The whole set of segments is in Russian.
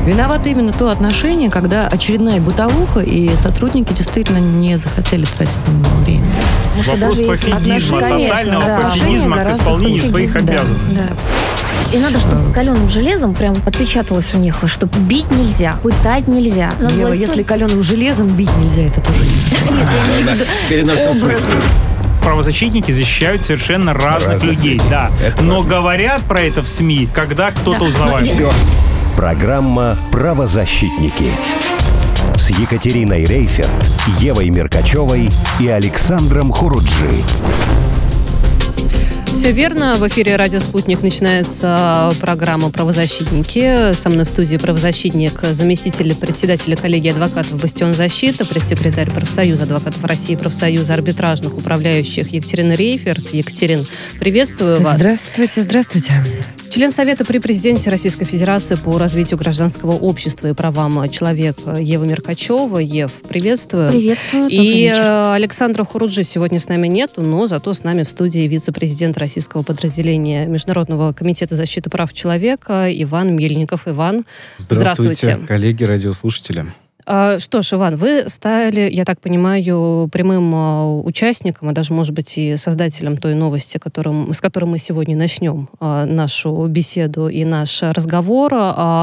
Виновато именно то отношение, когда очередная бытовуха, и сотрудники действительно не захотели тратить на него время. Вопрос пофигизма, тотального пофигизма к исполнению своих обязанностей. И надо, чтобы каленым железом прям отпечаталось у них, что бить нельзя, пытать нельзя. Ева, если каленым железом бить нельзя, это тоже не. Нет, я имею в виду образ. Правозащитники защищают совершенно разных людей, да. Но говорят про это в СМИ, когда кто-то узнавает. Все. Программа «Правозащитники» с Екатериной Рейферт, Евой Меркачевой и Александром Хуруджи. Все верно. В эфире «Радио Спутник» начинается программа «Правозащитники». Со мной в студии правозащитник, заместитель председателя коллегии адвокатов «Бастион защиты», пресс-секретарь профсоюза адвокатов России, профсоюза арбитражных управляющих Екатерина Рейферт. Екатерин, приветствую вас. Здравствуйте, здравствуйте. Член Совета при президенте Российской Федерации по развитию гражданского общества и правам человека Ева Меркачева. Ев, приветствую. Приветствую. И Александра Хуруджи сегодня с нами нету, но зато с нами в студии вице-президент российского подразделения Международного комитета защиты прав человека Иван Мельников. Иван, здравствуйте. Коллеги, радиослушатели. Что ж, Иван, вы стали, я так понимаю, прямым участником, а даже, может быть, и создателем той новости, с которой мы сегодня начнем нашу беседу и наш разговор.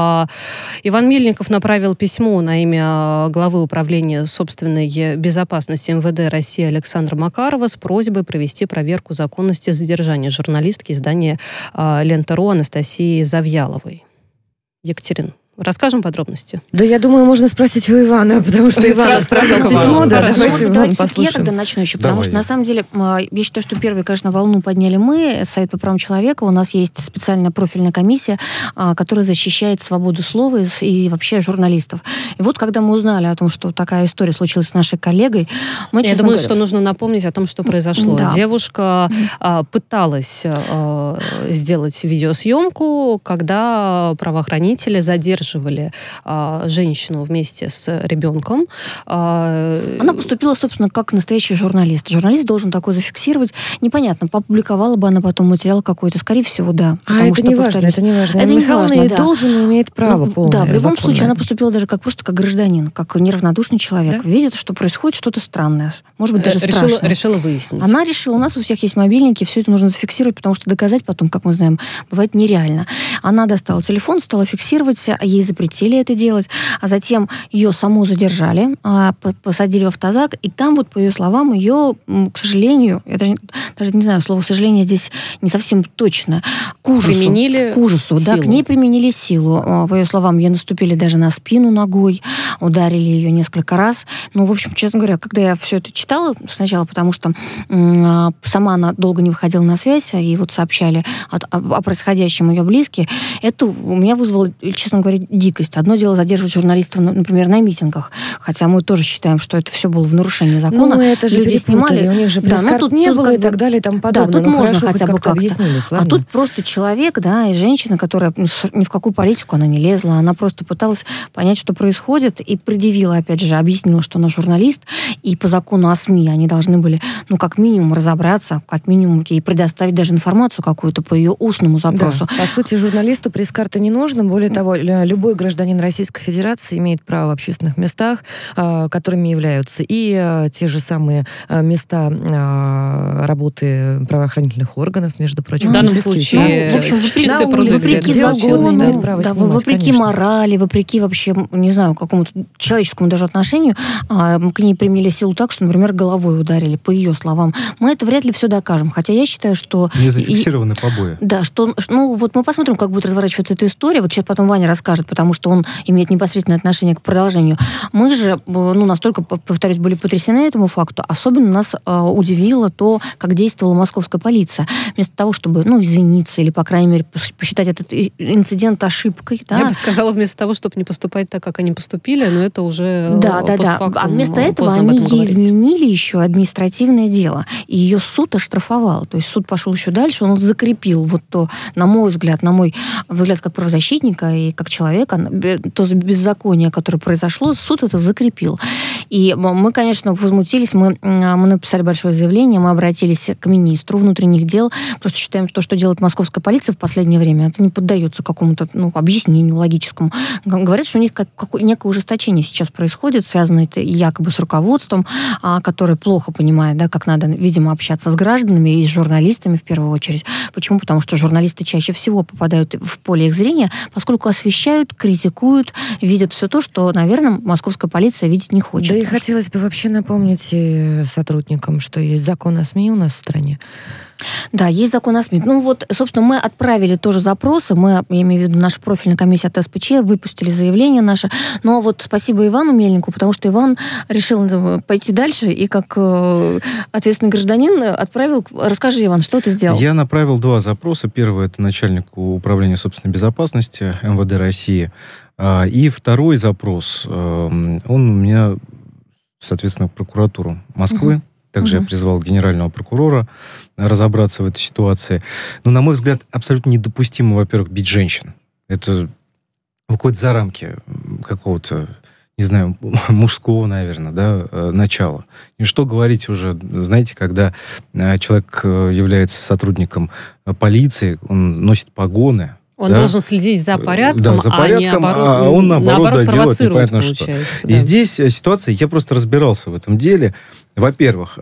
Иван Мельников направил письмо на имя главы управления собственной безопасности МВД России Александра Макарова с просьбой провести проверку законности задержания журналистки издания «Лента.ру» Анастасии Завьяловой. Екатерина, расскажем подробности? Да, я думаю, можно спросить у Ивана, потому что Иван отправил письмо. Да, давайте Иван послушаем. Я тогда начну еще, потому что, на самом деле, я считаю, что первую, конечно, волну подняли мы, Совет по правам человека. У нас есть специальная профильная комиссия, которая защищает свободу слова и вообще журналистов. И вот, когда мы узнали о том, что такая история случилась с нашей коллегой, мы, я думаю, что нужно напомнить о том, что произошло. Да. Девушка пыталась сделать видеосъемку, когда правоохранители задерживали женщину вместе с ребенком. Она поступила, собственно, как настоящий журналист. Журналист должен такое зафиксировать. Непонятно, опубликовала бы она потом материал какой-то. Скорее всего, да. Это не важно, это не важно. Это Михайловна должен и имеет право полное. Да, в любом случае она поступила даже как гражданин, как неравнодушный человек. Да? Видит, что происходит что-то странное. Может быть, даже страшное. Решила выяснить. Она решила. У нас у всех есть мобильники, все это нужно зафиксировать, потому что доказать потом, как мы знаем, бывает нереально. Она достала телефон, стала фиксировать, ей запретили это делать, а затем ее саму задержали, посадили в автозак, и там, вот по ее словам, ее, к сожалению, я даже не знаю, слово «к сожалению» здесь не совсем точно, к ужасу, да, к ней применили силу. По ее словам, ей наступили даже на спину ногой, ударили ее несколько раз. Ну, в общем, честно говоря, когда я все это читала сначала, потому что сама она долго не выходила на связь, и вот сообщали о происходящем ее близкие, это у меня вызвало, честно говоря, дикость. Одно дело задерживать журналистов, например, на митингах, хотя мы тоже считаем, что это все было в нарушении закона. Ну, это же люди снимали, у них же пресс-карт не было и так далее, и тому подобное. Да, тут можно хотя бы как-то. А тут просто человек, да, и женщина, которая ни в какую политику она не лезла, она просто пыталась понять, что происходит, и предъявила, опять же, объяснила, что она журналист, и по закону о СМИ они должны были, ну, как минимум, разобраться, как минимум ей предоставить даже информацию какую-то по ее устному запросу. Да. По сути, журналисту пресс-карта не нужно. Более того, любой гражданин Российской Федерации имеет право в общественных местах, которыми являются и те же самые места работы правоохранительных органов, между прочим. В данном случае чистые пруды, вопреки закону, вопреки морали, вопреки вообще, не знаю, какому-то человеческому даже отношению, к ней применили силу так, что, например, головой ударили, по ее словам. Мы это вряд ли все докажем. Хотя я считаю, что... Не зафиксированы побои. Да, что... Ну, вот мы посмотрим, как будет разворачиваться эта история. Вот сейчас потом Ваня расскажет, потому что он имеет непосредственное отношение к продолжению. Мы же, настолько, повторюсь, были потрясены этому факту. Особенно нас удивило то, как действовала московская полиция. Вместо того, чтобы, извиниться или, по крайней мере, посчитать этот инцидент ошибкой. Да? Я бы сказала, вместо того, чтобы не поступать так, как они поступили, отпустили, но это уже Да. А вместо этого они ей вменили еще административное дело. И ее суд оштрафовал. То есть суд пошел еще дальше, он закрепил вот то, на мой взгляд как правозащитника и как человека, то беззаконие, которое произошло, суд это закрепил. И мы, конечно, возмутились, мы написали большое заявление, мы обратились к министру внутренних дел, потому что считаем, что делает московская полиция в последнее время, это не поддается какому-то объяснению логическому. Говорят, что у них некое ужесточение сейчас происходит, связанное якобы с руководством, которое плохо понимает, да, как надо, видимо, общаться с гражданами и с журналистами в первую очередь. Почему? Потому что журналисты чаще всего попадают в поле их зрения, поскольку освещают, критикуют, видят все то, что, наверное, московская полиция видеть не хочет. Да и хотелось бы вообще напомнить сотрудникам, что есть закон о СМИ у нас в стране. Да, есть закон о СМИ. Собственно, мы отправили тоже запросы, я имею в виду, наша профильная комиссия от СПЧ, выпустили заявление наше, но спасибо Ивану Мельнику, потому что Иван решил пойти дальше и как ответственный гражданин отправил... Расскажи, Иван, что ты сделал? Я направил 2 запроса. Первый — это начальнику управления собственной безопасности МВД России. И второй запрос, он у меня, соответственно, в прокуратуру Москвы. Также я призвал генерального прокурора разобраться в этой ситуации. Но, на мой взгляд, абсолютно недопустимо, во-первых, бить женщин. Это выходит за рамки какого-то, не знаю, мужского, наверное, да, начала. И что говорить уже, знаете, когда человек является сотрудником полиции, он носит погоны, он должен следить за порядком, а не наоборот, он наоборот делает непонятно что. И здесь ситуация, я просто разбирался в этом деле. Во-первых,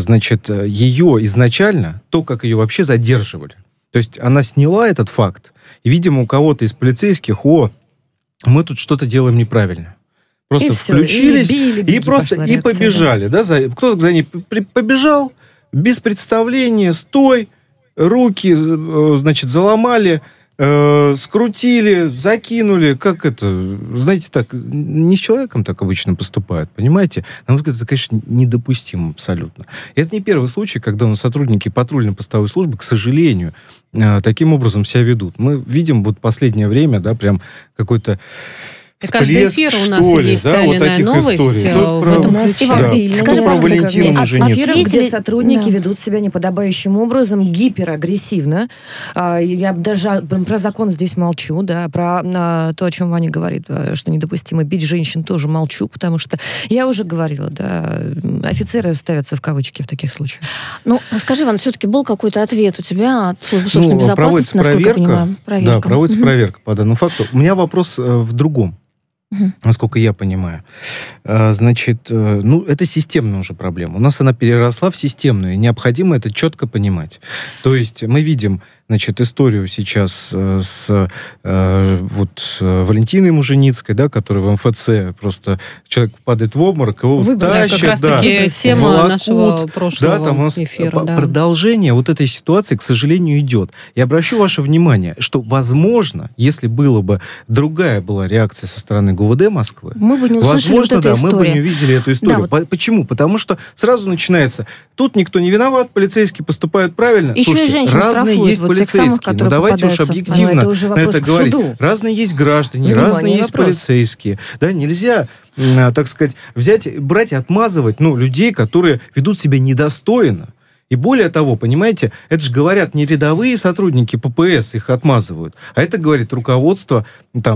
ее изначально, то, как ее вообще задерживали. То есть она сняла этот факт, и, видимо, у кого-то из полицейских, мы тут что-то делаем неправильно. Просто и включились, и побежали. Да, кто-то за ней побежал, без представления, стой, руки, заломали, скрутили, закинули. Как это? Знаете, так, не с человеком так обычно поступают, понимаете? На мой взгляд, это, конечно, недопустимо абсолютно. И это не первый случай, когда у нас сотрудники патрульно-постовой службы, к сожалению, таким образом себя ведут. Мы видим последнее время, да, прям какой-то каждый эфир у нас есть та или иная новость в этом ключе. Скажи, про Валентину Муженицкую. Где сотрудники ведут себя неподобающим образом, гиперагрессивно. Я даже про закон здесь молчу, да, про то, о чем Ваня говорит, что недопустимо бить женщин, тоже молчу, потому что я уже говорила, да, офицеры ставятся в кавычки в таких случаях. Скажи, Иван, все-таки был какой-то ответ у тебя от службы собственной безопасности, насколько я понимаю? Да, проводится проверка по данному факту. У меня вопрос в другом. Насколько я понимаю. Это системная уже проблема. У нас она переросла в системную, и необходимо это четко понимать. То есть мы видим, историю сейчас с Валентиной Муженицкой, да, которая в МФЦ просто человек падает в обморок, его тащат, как раз-таки тема волокут, нашего прошлого да, там у нас эфира. Да. Продолжение этой ситуации, к сожалению, идет. Я обращу ваше внимание, что, возможно, если другая была реакция со стороны ГУВД Москвы, мы бы не услышали мы бы не увидели эту историю. Да, почему? Потому что сразу начинается, тут никто не виноват, полицейские поступают правильно. Еще Слушайте, разные есть полицейские. Но давайте уж объективно на это говорить. Разные есть граждане, разные есть полицейские. Да, нельзя, так сказать, брать и отмазывать людей, которые ведут себя недостойно. И более того, понимаете, это же говорят не рядовые сотрудники ППС, их отмазывают, а это говорит руководство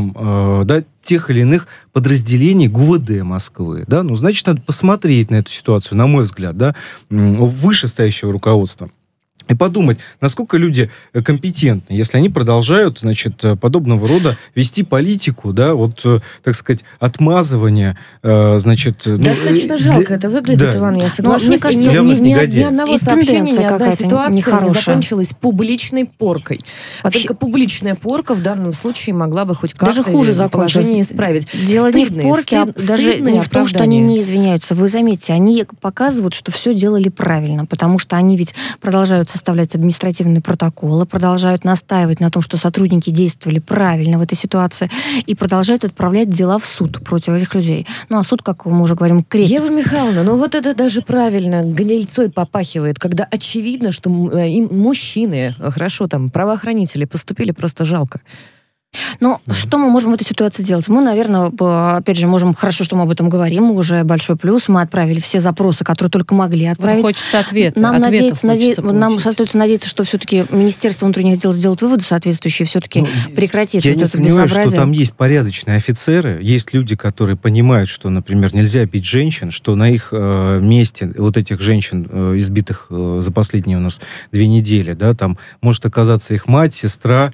тех или иных подразделений ГУВД Москвы. Да? Значит, надо посмотреть на эту ситуацию, на мой взгляд, да, вышестоящего руководства. И подумать, насколько люди компетентны, если они продолжают, подобного рода вести политику, да, так сказать, отмазывания, Достаточно жалко это выглядит, Иван, я соглашусь. Мне кажется, ни одного сообщения, ни одна ситуация не закончилась публичной поркой. Только публичная порка в данном случае могла бы хоть как-то положение исправить. Дело не в порке, а даже не в том, что они не извиняются. Вы заметьте, они показывают, что все делали правильно, потому что они ведь продолжают составлять административные протоколы, продолжают настаивать на том, что сотрудники действовали правильно в этой ситуации, и продолжают отправлять дела в суд против этих людей. А суд, как мы уже говорим, крепит. Ева Михайловна, это даже правильно гнильцой попахивает, когда очевидно, что им мужчины, хорошо, правоохранители поступили просто жалко. Но что мы можем в этой ситуации делать? Мы, наверное, опять же, можем... Хорошо, что мы об этом говорим, уже большой плюс. Мы отправили все запросы, которые только могли отправить. Вот хочется ответа. Нам остается надеяться, что все-таки Министерство внутренних дел сделает выводы соответствующие, все-таки прекратит вот это безобразие. Я не сомневаюсь, что там есть порядочные офицеры, есть люди, которые понимают, что, например, нельзя бить женщин, что на их месте вот этих женщин, избитых за последние у нас 2 недели, да, там может оказаться их мать, сестра,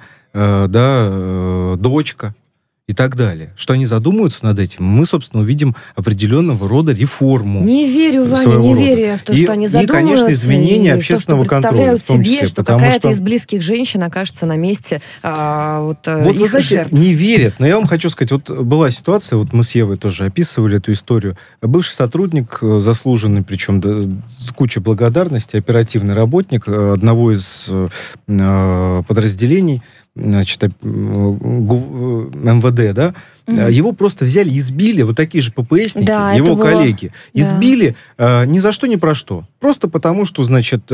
дочка и так далее. Что они задумаются над этим, мы, собственно, увидим определенного рода реформу. Не верю, Ваня, не верю я в то, что они задумаются. И, конечно, изменение общественного контроля в том числе. Себе, что какая-то из близких женщин окажется на месте вот вы знаете, жертв. Не верят. Но я вам хочу сказать, вот была ситуация, вот мы с Евой тоже описывали эту историю. Бывший сотрудник, заслуженный, причем куча благодарности, оперативный работник одного из подразделений, значит, МВД, да, его просто взяли и избили, вот такие же ППСники, его коллеги, избили ни за что, ни про что. Просто потому, что, значит,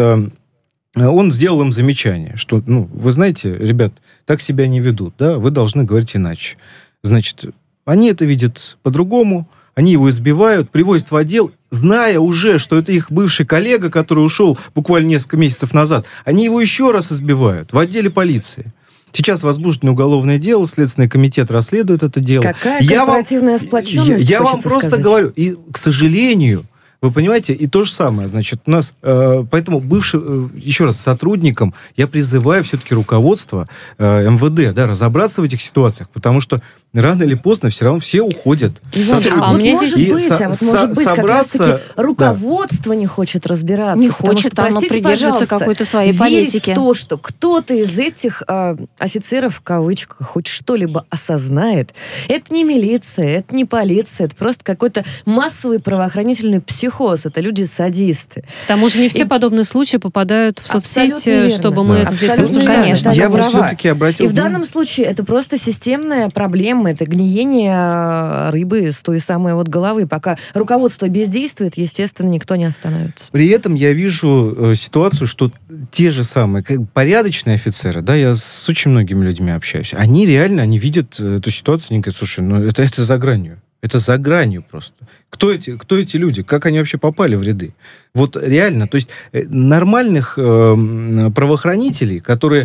он сделал им замечание, что, вы знаете, ребят, так себя не ведут, да, вы должны говорить иначе. Значит, они это видят по-другому, они его избивают, привозят в отдел, зная уже, что это их бывший коллега, который ушел буквально несколько месяцев назад, они его еще раз избивают в отделе полиции. Сейчас возбуждено уголовное дело, Следственный комитет расследует это дело. Какая корпоративная сплоченность, я вам просто говорю, и, к сожалению, вы понимаете, и то же самое, значит, у нас, поэтому еще раз, сотрудникам я призываю все-таки руководство МВД, да, разобраться в этих ситуациях, потому что рано или поздно все равно все уходят. Может быть, как раз-таки руководство не хочет разбираться. Не хочет, оно придерживается какой-то своей политики. Верить в то, что кто-то из этих офицеров, в кавычках, хоть что-либо осознает, это не милиция, это не полиция, это просто какой-то массовый правоохранительный психоз. Это люди-садисты. К тому же не все подобные случаи попадают в соцсети, чтобы мы это здесь обсуждали. Конечно, я бы все-таки обратил... И в данном случае это просто системная проблема, это гниение рыбы с той самой вот головы. Пока руководство бездействует, естественно, никто не остановится. При этом я вижу ситуацию, что те же самые порядочные офицеры, да, я с очень многими людьми общаюсь, они реально, они видят эту ситуацию, они говорят, слушай, это за гранью. Это за гранью просто. Кто эти люди? Как они вообще попали в ряды? Вот реально, то есть нормальных правоохранителей, которые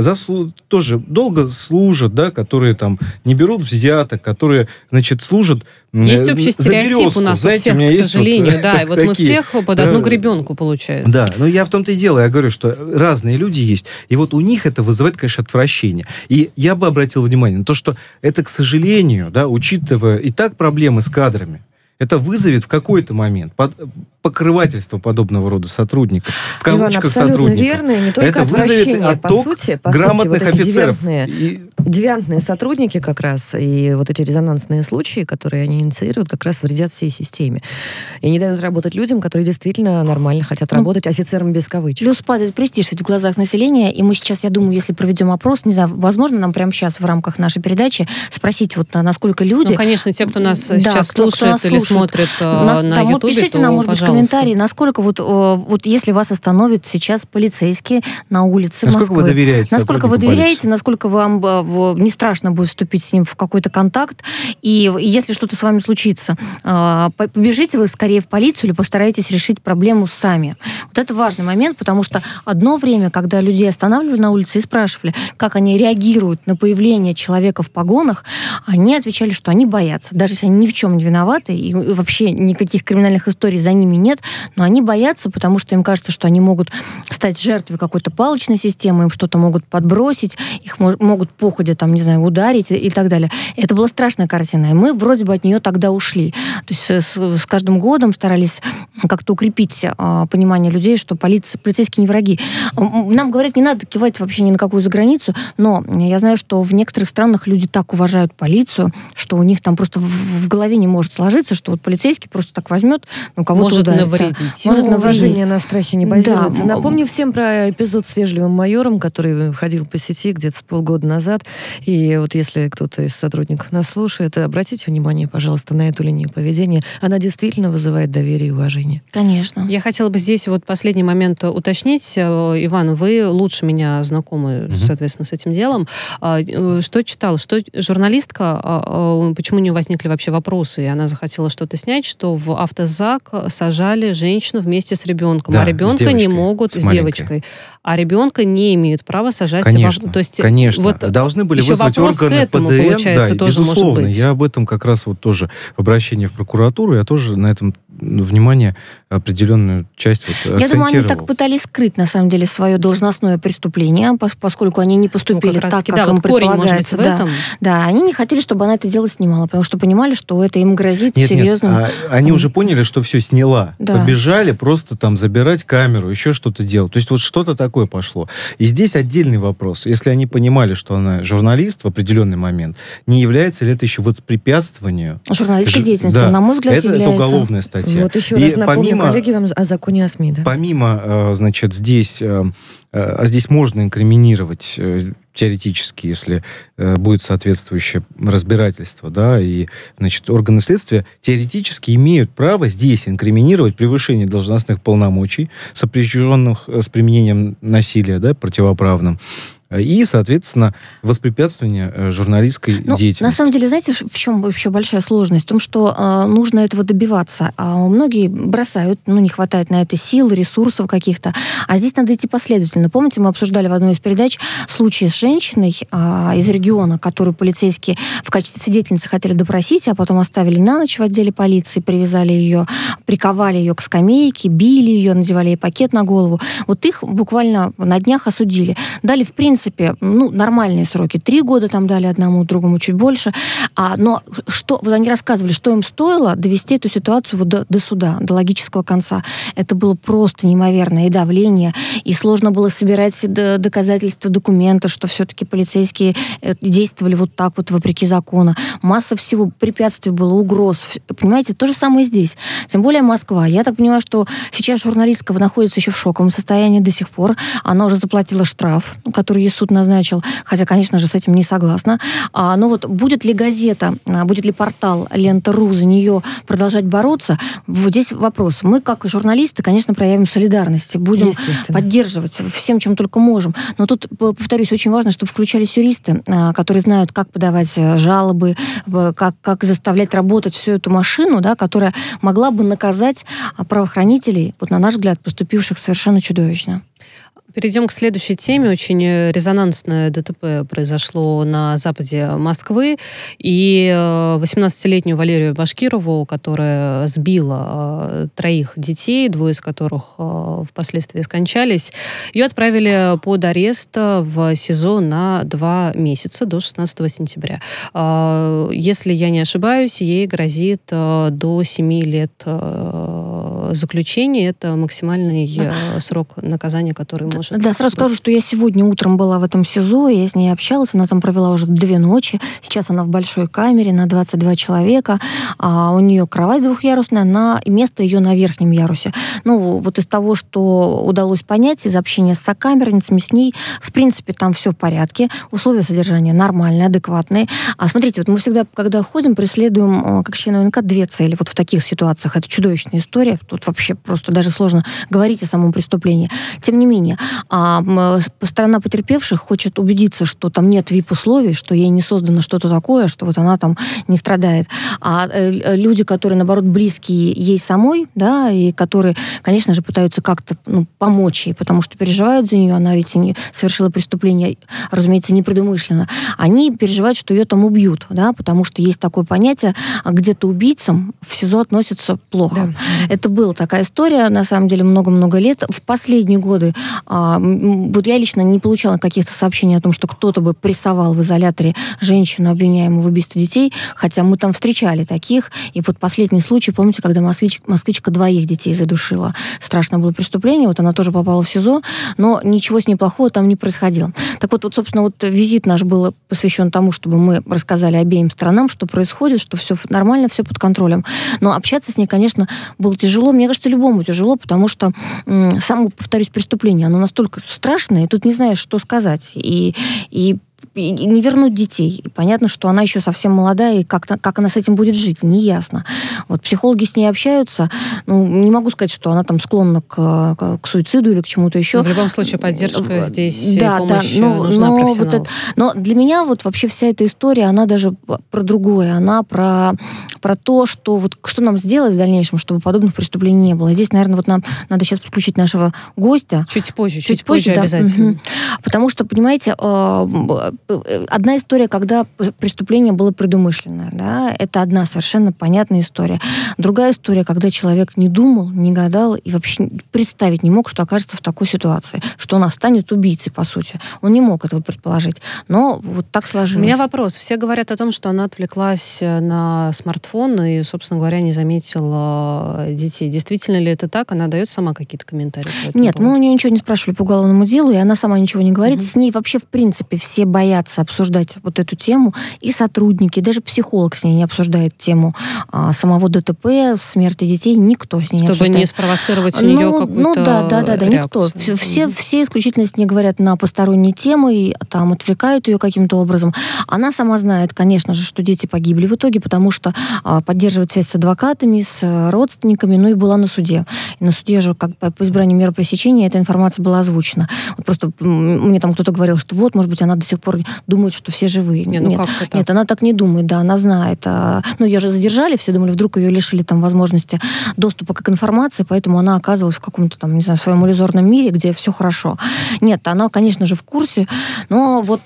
тоже долго служат, да, которые там не берут взяток, которые, значит, служат есть общий стереотип у нас, знаете, у всех, к сожалению, да, и вот мы всех под одну гребенку, получается. Да, но я в том-то и дело, я говорю, что разные люди есть, и вот у них это вызывает, конечно, отвращение. И я бы обратил внимание на то, что это, к сожалению, да, учитывая и так проблемы с кадрами, это вызовет в какой-то момент покрывательство подобного рода сотрудников, в кавычках сотрудников. Верно, и не только это отвращение, отток грамотных вот офицеров. Девиантные сотрудники как раз, и вот эти резонансные случаи, которые они инициируют, как раз вредят всей системе. И не дают работать людям, которые действительно нормально хотят работать офицером без кавычек. Плюс падает престиж ведь в глазах населения, и мы сейчас, я думаю, если проведем опрос, не знаю, возможно, нам прямо сейчас в рамках нашей передачи спросить, вот насколько люди... Ну, конечно, те, кто нас сейчас слушает или смотрит на Ютубе, пишите нам, может быть, комментарии, насколько вот если вас остановит сейчас полицейский на улице Москвы. Насколько вы доверяете? Насколько вы доверяете, насколько вам не страшно будет вступить с ним в какой-то контакт, и если что-то с вами случится, побежите вы скорее в полицию или постарайтесь решить проблему сами. Вот это важный момент, потому что одно время, когда людей останавливали на улице и спрашивали, как они реагируют на появление человека в погонах, они отвечали, что они боятся. Даже если они ни в чем не виноваты, и вообще никаких криминальных историй за ними нет, но они боятся, потому что им кажется, что они могут стать жертвой какой-то палочной системы, им что-то могут подбросить, их могут походя, там, не знаю, ударить и так далее. Это была страшная картина, и мы вроде бы от нее тогда ушли. То есть с каждым годом старались как-то укрепить понимание людей, что полицейские не враги. Нам говорят, не надо кивать вообще ни на какую заграницу, но я знаю, что в некоторых странах люди так уважают полицию, что у них там просто в голове не может сложиться, что вот полицейский просто так возьмет, кого-то ударит. навредить. Уважение на страхе не базируется. Да. Напомню всем про эпизод с вежливым майором, который ходил по сети где-то с полгода назад. И вот если кто-то из сотрудников нас слушает, обратите внимание, пожалуйста, на эту линию поведения. Она действительно вызывает доверие и уважение. Конечно. Я хотела бы здесь вот последний момент уточнить. Иван, вы лучше меня знакомы, соответственно, с этим делом. Что читала? Что журналистка, почему у нее возникли вообще вопросы, и она захотела что-то снять, что в автозак сажали женщину вместе с ребенком, а ребенка не могут с девочкой. А ребенка не имеют права сажать в авто. То есть, конечно. Вот должны были вызвать органы ПДН. Да, безусловно. Я об этом как раз вот тоже в обращении в прокуратуру, я тоже на этом внимание определенную часть акцентировал. Я думаю, они так пытались скрыть, на самом деле, свое должностное преступление, поскольку они не поступили так, как им предполагается. Да, они не хотели, чтобы она это дело снимала, потому что понимали, что это им грозит серьезным... Они уже поняли, что все сняла. Да. Побежали просто там забирать камеру, еще что-то делать. То есть вот что-то такое пошло. И здесь отдельный вопрос. Если они понимали, что она журналист в определенный момент, не является ли это еще воспрепятствованию журналистской деятельности? Да. На мой взгляд, является. Это уголовная статья. Вот еще раз напомню коллеги вам о законе о СМИ. Да? Помимо, значит, здесь можно инкриминировать теоретически, если будет соответствующее разбирательство, да, и, значит, органы следствия теоретически имеют право здесь инкриминировать превышение должностных полномочий, сопряженных с применением насилия, да, противоправным, и, соответственно, воспрепятствование журналистской деятельности. На самом деле, знаете, в чем вообще большая сложность? В том, что нужно этого добиваться. Многие бросают, не хватает на это сил, ресурсов каких-то. А здесь надо идти последовательно. Помните, мы обсуждали в одной из передач случай с женщиной из региона, которую полицейские в качестве свидетельницы хотели допросить, а потом оставили на ночь в отделе полиции, привязали ее, приковали ее к скамейке, били ее, надевали ей пакет на голову. Вот их буквально на днях осудили. Дали, в принципе, нормальные сроки. 3 года там дали одному, другому чуть больше. Но вот они рассказывали, что им стоило довести эту ситуацию до суда, до логического конца. Это было просто неимоверное и давление, и сложно было собирать доказательства, документы, что все-таки полицейские действовали вот так вот, вопреки закону. Масса всего препятствий было, угроз. Понимаете, то же самое и здесь. Тем более Москва. Я так понимаю, что сейчас журналистка находится еще в шоковом состоянии до сих пор. Она уже заплатила штраф, который ей суд назначил, хотя, конечно же, с этим не согласна. Но вот будет ли газета, будет ли портал Лента.ру за нее продолжать бороться? Вот здесь вопрос. Мы, как журналисты, конечно, проявим солидарность, будем поддерживать всем, чем только можем. Но тут, повторюсь, очень важно, чтобы включались юристы, которые знают, как подавать жалобы, как заставлять работать всю эту машину, да, которая могла бы наказать правоохранителей, вот на наш взгляд, поступивших совершенно чудовищно. Перейдем к следующей теме. Очень резонансное ДТП произошло на западе Москвы. И 18-летнюю Валерию Башкирову, которая сбила 3 детей, 2 из которых впоследствии скончались, ее отправили под арест в СИЗО на 2 месяца до 16 сентября. Если я не ошибаюсь, ей грозит до 7 лет заключения. Это максимальный срок наказания, который может... Да, сразу скажу, что я сегодня утром была в этом СИЗО, я с ней общалась, она там провела уже 2 ночи, сейчас она в большой камере на 22 человека, у нее кровать 2-ярусная, место ее на верхнем ярусе. Вот из того, что удалось понять, из общения с сокамерницами, с ней, в принципе, там все в порядке, условия содержания нормальные, адекватные. Смотрите, вот мы всегда, когда ходим, преследуем, как члены ОНК, 2 цели. Вот в таких ситуациях. Это чудовищная история, тут вообще просто даже сложно говорить о самом преступлении. Тем не менее, сторона потерпевших хочет убедиться, что там нет ВИП-условий, что ей не создано что-то такое, что вот она там не страдает. А люди, которые, наоборот, близкие ей самой, да, и которые, конечно же, пытаются как-то помочь ей, потому что переживают за нее, она ведь не совершила преступление, разумеется, непредумышленно, они переживают, что ее там убьют, да, потому что есть такое понятие, где-то убийцам в СИЗО относятся плохо. Да. Это была такая история, на самом деле, много-много лет. В последние годы Вот я лично не получала каких-то сообщений о том, что кто-то бы прессовал в изоляторе женщину, обвиняемую в убийстве детей, хотя мы там встречали таких. И вот последний случай, помните, когда москвичка 2 детей задушила. Страшное было преступление, вот она тоже попала в СИЗО, но ничего с ней плохого там не происходило. Так вот, собственно, вот визит наш был посвящен тому, чтобы мы рассказали обеим сторонам, что происходит, что все нормально, все под контролем. Но общаться с ней, конечно, было тяжело. Мне кажется, любому тяжело, потому что само, повторюсь, преступление, оно настолько страшное, и тут не знаешь, что сказать. И не вернуть детей. И понятно, что она еще совсем молодая, и как она с этим будет жить, неясно. Вот психологи с ней общаются, не могу сказать, что она там склонна к суициду или к чему-то еще. Но в любом случае поддержка здесь, помощь нужна профессионалу. Но для меня вот вообще вся эта история, она даже про другое. Она про то, что нам сделать в дальнейшем, чтобы подобных преступлений не было. Здесь, наверное, вот нам надо сейчас подключить нашего гостя. Чуть позже да. обязательно. Угу. Потому что, понимаете, одна история, когда преступление было предумышленное, да, это одна совершенно понятная история. Другая история, когда человек не думал, не гадал и вообще представить не мог, что окажется в такой ситуации, что он станет убийцей, по сути. Он не мог этого предположить, но вот так сложилось. У меня вопрос. Все говорят о том, что она отвлеклась на смартфон и, собственно говоря, не заметила детей. Действительно ли это так? Она дает сама какие-то комментарии? Нет, мы у нее ничего не спрашивали по уголовному делу, и она сама ничего не говорит. С ней вообще, в принципе, все боятся обсуждать вот эту тему, и сотрудники, даже психолог с ней не обсуждает тему самого ДТП, смерти детей, никто с ней не обсуждает. Чтобы не спровоцировать у нее какую-то реакцию. Никто. Все исключительно с ней говорят на посторонние темы, и там отвлекают ее каким-то образом. Она сама знает, конечно же, что дети погибли в итоге, потому что поддерживает связь с адвокатами, с родственниками, и была на суде. И на суде же, как по избранию меры пресечения, эта информация была озвучена. Вот просто мне там кто-то говорил, что может быть, она до сих пор думает, что все живые. Нет, она так не думает, да, она знает. Ее же задержали, все думали, вдруг ее лишили там возможности доступа к информации, поэтому она оказывалась в каком-то там, не знаю, своем иллюзорном мире, где все хорошо. Нет, она, конечно же, в курсе, но вот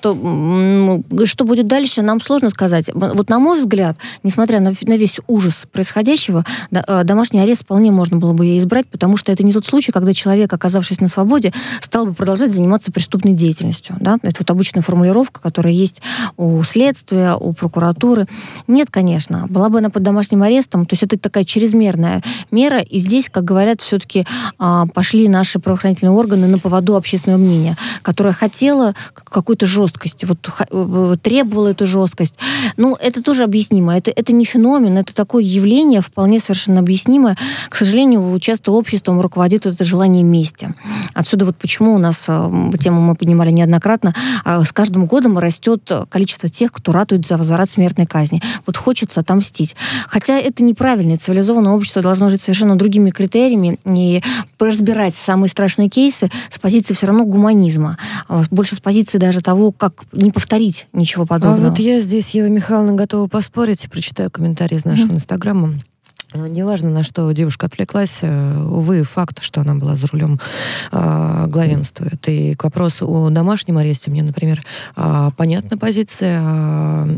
что будет дальше, нам сложно сказать. Вот на мой взгляд, несмотря на весь ужас происходящего, домашний арест вполне можно было бы ей избрать, потому что это не тот случай, когда человек, оказавшись на свободе, стал бы продолжать заниматься преступной деятельностью. Да? Это вот обычная формулировка, которая есть у следствия, у прокуратуры. Нет, конечно. Была бы она под домашним арестом, то есть это такая чрезмерная мера, и здесь, как говорят, все-таки пошли наши правоохранительные органы на поводу общественного мнения, которое хотело какой-то жесткости, требовало эту жесткость. Это тоже объяснимо. Это не феномен, это такое явление, вполне совершенно объяснимое. К сожалению, часто обществом руководит это желание мести. Отсюда почему у нас, тему мы поднимали неоднократно, с каждым годом растет количество тех, кто ратует за возврат смертной казни. Хочется отомстить. Хотя это неправильно. Цивилизованное общество должно жить совершенно другими критериями и разбирать самые страшные кейсы с позиции все равно гуманизма. Больше с позиции даже того, как не повторить ничего подобного. Я здесь, Ева Михайловна, готова поспорить и прочитаю комментарий из нашего инстаграма. Неважно, на что девушка отвлеклась, увы, факт, что она была за рулем, главенствует. И к вопросу о домашнем аресте мне, например, понятна позиция.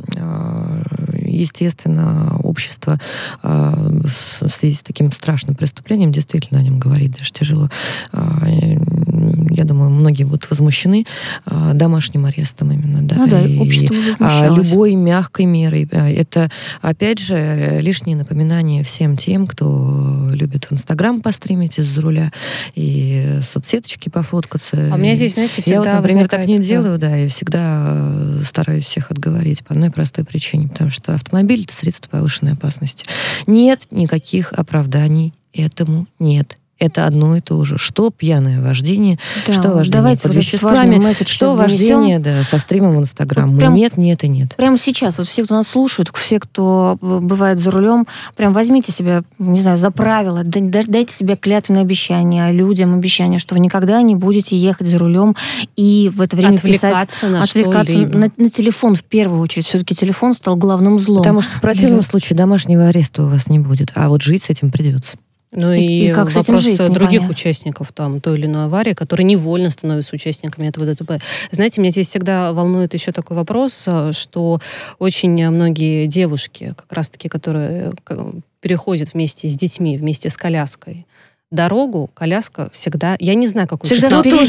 Естественно, общество в связи с таким страшным преступлением, действительно о нем говорить даже тяжело. Я думаю, многие будут возмущены домашним арестом именно. Да, и общество любой мягкой мерой. Это, опять же, лишнее напоминание всем тем, кто любит в Инстаграм постримить из-за руля и соцсеточки пофоткаться. А у меня здесь, знаете, всегда например, так не делаю, и всегда стараюсь всех отговорить по одной простой причине, потому что автомобиль — это средство повышенной опасности. Нет никаких оправданий этому, нет. Это одно и то же. Что пьяное вождение, что вождение под веществами, что вождение со стримом в Инстаграм. Нет, нет и нет. Прямо сейчас, все, кто нас слушает, все, кто бывает за рулем, прям возьмите себя, не знаю, за правило, дайте себе клятвенное обещание, людям обещание, что вы никогда не будете ехать за рулем и в это время отвлекаться на телефон в первую очередь. Все-таки телефон стал главным злом. Потому что в противном случае домашнего ареста у вас не будет, а жить с этим придется. И как вопрос других участников той или иной аварии, которые невольно становятся участниками этого ДТП. Знаете, меня здесь всегда волнует еще такой вопрос, что очень многие девушки, как раз-таки, которые переходят вместе с детьми, вместе с коляской, дорогу, коляска всегда... Я не знаю, какую технологию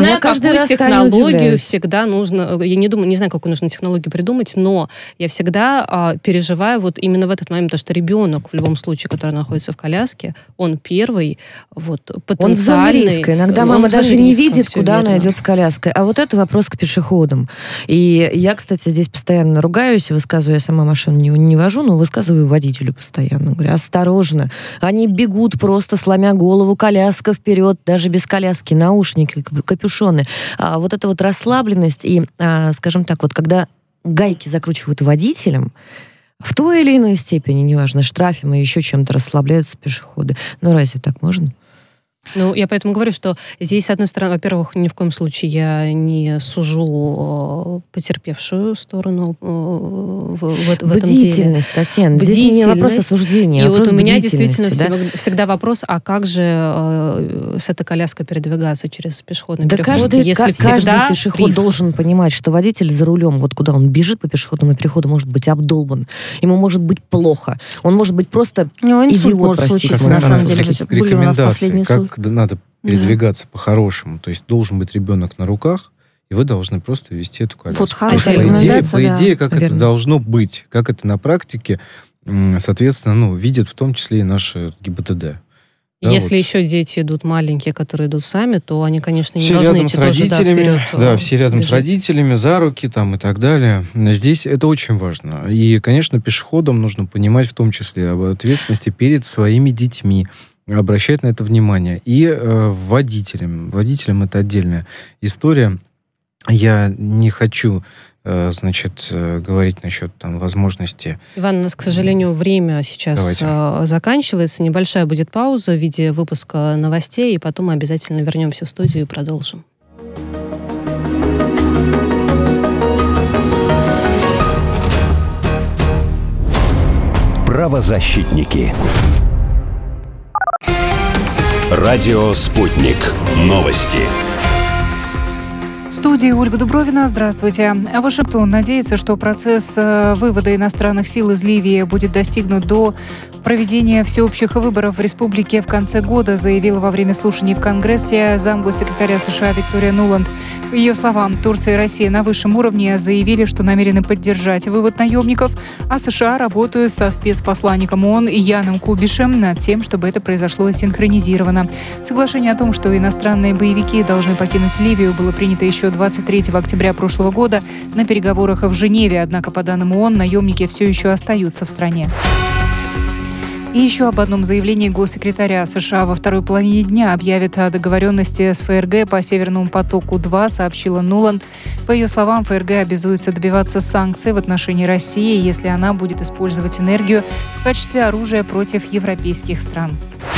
всегда нужно... Я не знаю, какую нужно технологию придумать, но я всегда переживаю вот именно в этот момент, потому что ребенок в любом случае, который находится в коляске, он первый, потенциальный... Он в зоне риска. Иногда мама даже не видит, куда она идет с коляской. А вот это вопрос к пешеходам. И я, кстати, здесь постоянно ругаюсь и высказываю, я сама машину не вожу, но высказываю водителю постоянно. Говорю, осторожно. Они бегут просто, сломя голову, коляска вперед, даже без коляски, наушники, капюшоны. А вот эта вот расслабленность и, скажем так, вот когда гайки закручивают водителям, в той или иной степени, неважно, штрафом и еще чем-то расслабляются пешеходы. Но разве так можно? Ну, я поэтому говорю, что здесь, с одной стороны, во-первых, ни в коем случае я не сужу потерпевшую сторону в этом деле. Бдительность, Татьяна. Здесь не вопрос осуждения, и вот у меня действительно всегда вопрос, а как же с этой коляской передвигаться через пешеходный переход, если всегда каждый пешеход должен понимать, что водитель за рулем, вот куда он бежит по пешеходному переходу, может быть обдолбан, ему может быть плохо, он может быть просто идиот, простите. На самом деле, были у нас последние случаи. Надо передвигаться по-хорошему. То есть должен быть ребенок на руках, и вы должны просто вести эту коляску. Вот хорошая рекомендация, по идее, как это должно быть, как это на практике, соответственно, видят в том числе и наши ГИБДД. Если еще дети идут маленькие, которые идут сами, то они, конечно, не должны идти тоже вперед. Да, все рядом с родителями, за руки там и так далее. Здесь это очень важно. И, конечно, пешеходам нужно понимать в том числе об ответственности перед своими детьми, обращать на это внимание. И водителям. Водителям это отдельная история. Я не хочу, говорить насчет возможности... Иван, у нас, к сожалению, время сейчас заканчивается. Небольшая будет пауза в виде выпуска новостей, и потом мы обязательно вернемся в студию и продолжим. Правозащитники. Радио «Спутник». Новости. В студии Ольга Дубровина. Здравствуйте. Вашингтон надеется, что процесс вывода иностранных сил из Ливии будет достигнут до проведения всеобщих выборов в республике в конце года, заявила во время слушаний в Конгрессе замгоссекретаря США Виктория Нуланд. По ее словам, Турция и Россия на высшем уровне заявили, что намерены поддержать вывод наемников, а США работают со спецпосланником ООН Яном Кубишем над тем, чтобы это произошло синхронизированно. Соглашение о том, что иностранные боевики должны покинуть Ливию, было принято еще 23 октября прошлого года на переговорах в Женеве, однако, по данным ООН, наемники все еще остаются в стране. И еще об одном заявлении госсекретаря США во второй половине дня объявит о договоренности с ФРГ по Северному потоку-2, сообщила Нуланд. По ее словам, ФРГ обязуется добиваться санкций в отношении России, если она будет использовать энергию в качестве оружия против европейских стран.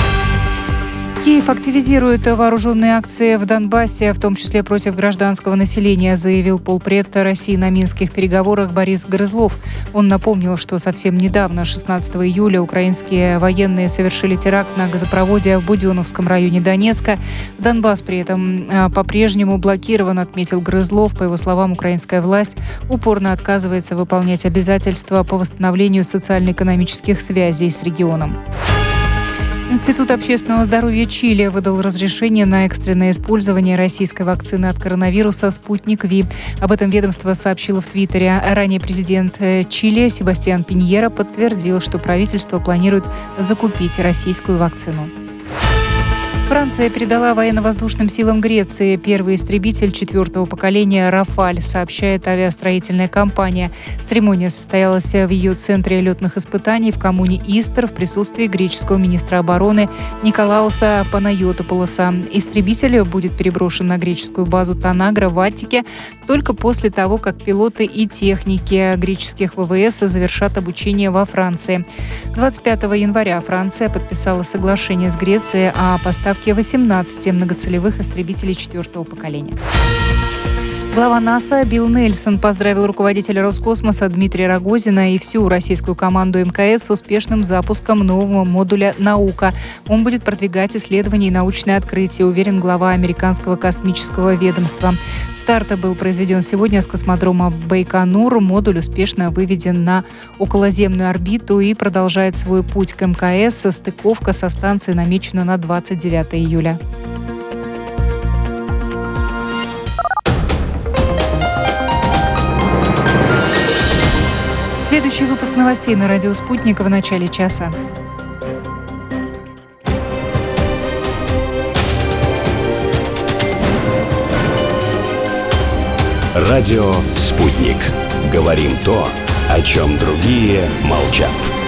Киев активизирует вооруженные акции в Донбассе, в том числе против гражданского населения, заявил полпред России на минских переговорах Борис Грызлов. Он напомнил, что совсем недавно, 16 июля, украинские военные совершили теракт на газопроводе в Буденновском районе Донецка. Донбасс при этом по-прежнему блокирован, отметил Грызлов. По его словам, украинская власть упорно отказывается выполнять обязательства по восстановлению социально-экономических связей с регионом. Институт общественного здоровья Чили выдал разрешение на экстренное использование российской вакцины от коронавируса «Спутник Ви». Об этом ведомство сообщило в Твиттере. Ранее президент Чили Себастьян Пиньера подтвердил, что правительство планирует закупить российскую вакцину. Франция передала военно-воздушным силам Греции первый истребитель 4-го поколения «Рафаль», сообщает авиастроительная компания. Церемония состоялась в ее центре летных испытаний в коммуне Истер в присутствии греческого министра обороны Николауса Панайотополоса. Истребитель будет переброшен на греческую базу Танагра в Аттике только после того, как пилоты и техники греческих ВВС завершат обучение во Франции. 25 января Франция подписала соглашение с Грецией о поставке 18 многоцелевых истребителей 4-го поколения. Глава НАСА Билл Нельсон поздравил руководителя Роскосмоса Дмитрия Рогозина и всю российскую команду МКС с успешным запуском нового модуля «Наука». Он будет продвигать исследования и научные открытия, уверен глава американского космического ведомства. Старт был произведен сегодня с космодрома Байконур. Модуль успешно выведен на околоземную орбиту и продолжает свой путь к МКС. Стыковка со станцией намечена на 29 июля. Следующий выпуск новостей на радио «Спутник» в начале часа. Радио «Спутник». Говорим то, о чем другие молчат.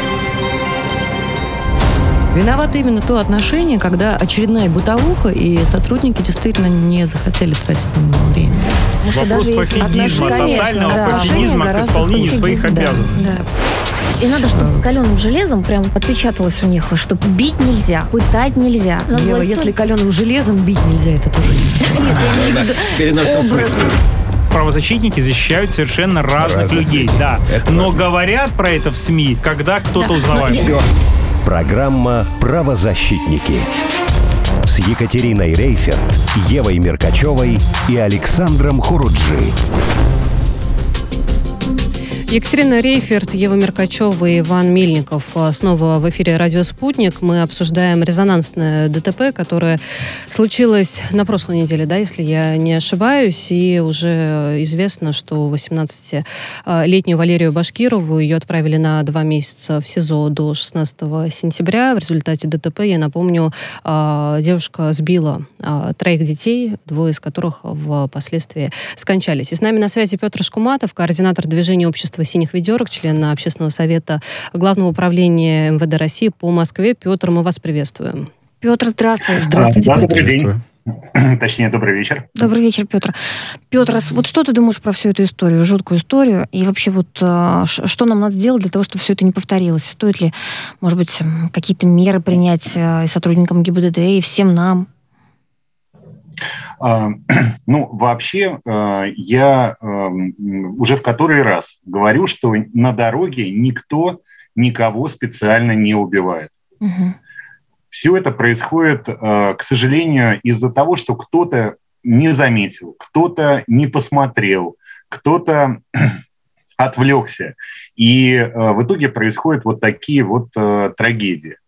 Виновато именно то отношение, когда очередная бытовуха, и сотрудники действительно не захотели тратить на него время. Вопрос пофигизма, тотального пофигизма к исполнению своих обязанностей. И надо, чтобы каленым железом прям отпечаталось у них, что бить нельзя, пытать нельзя. Ева, если каленым железом бить нельзя, это тоже не. Нет, я имею в виду образ. Правозащитники защищают совершенно разных людей, да. Но говорят про это в СМИ, когда кто-то узнавает. Программа «Правозащитники» с Екатериной Рейферт, Евой Меркачевой и Александром Хуруджи. Екатерина Рейферт, Ева Меркачева и Иван Мельников снова в эфире «Радио Спутник». Мы обсуждаем резонансное ДТП, которое случилось на прошлой неделе, да, если я не ошибаюсь. И уже известно, что 18-летнюю Валерию Башкирову ее отправили на 2 месяца в СИЗО до 16 сентября. В результате ДТП, я напомню, девушка сбила 3 детей, 2 из которых впоследствии скончались. И с нами на связи Петр Шкуматов, координатор движения общества «Синих ведерок», член Общественного совета Главного управления МВД России по Москве. Петр, мы вас приветствуем. Петр, здравствуйте. Здравствуйте, Петр. Добрый день. Точнее, добрый вечер. Добрый вечер, Петр. Петр, вот что ты думаешь про всю эту историю, жуткую историю? И вообще вот что нам надо сделать для того, чтобы все это не повторилось? Стоит ли, может быть, какие-то меры принять и сотрудникам ГИБДД, и всем нам? Ну, вообще, я уже в который раз говорю, что на дороге никто никого специально не убивает. Угу. Все это происходит, к сожалению, из-за того, что кто-то не заметил, кто-то не посмотрел, кто-то отвлекся. И в итоге происходят вот такие вот трагедии.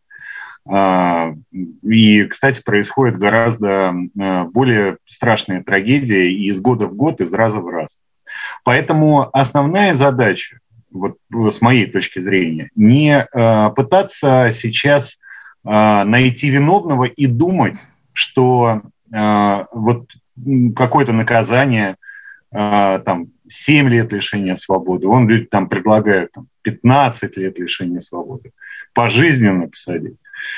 И, кстати, происходят гораздо более страшные трагедии из года в год, из раза в раз. Поэтому основная задача, вот с моей точки зрения, не пытаться сейчас найти виновного и думать, что вот какое-то наказание, там, 7 лет лишения свободы, люди там предлагают 15 лет лишения свободы, пожизненно посадить.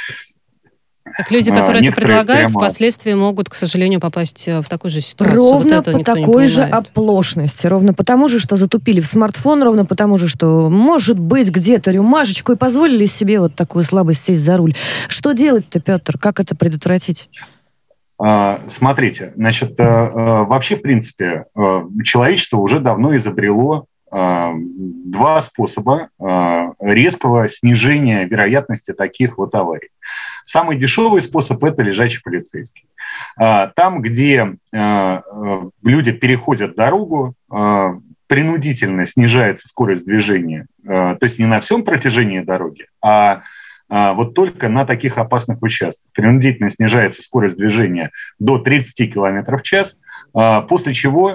Так люди, которые это предлагают, впоследствии могут, к сожалению, попасть в такую же ситуацию. Ровно вот по такой же оплошности. Ровно потому же, что затупили в смартфон, ровно потому же, что, может быть, где-то рюмашечку и позволили себе вот такую слабость сесть за руль. Что делать-то, Петр? Как это предотвратить? Смотрите, значит, вообще, в принципе, человечество уже давно изобрело 2 способа резкого снижения вероятности таких вот аварий. Самый дешевый способ – это лежачий полицейский. Там, где люди переходят дорогу, принудительно снижается скорость движения, то есть не на всем протяжении дороги, а вот только на таких опасных участках. Принудительно снижается скорость движения до 30 км в час, после чего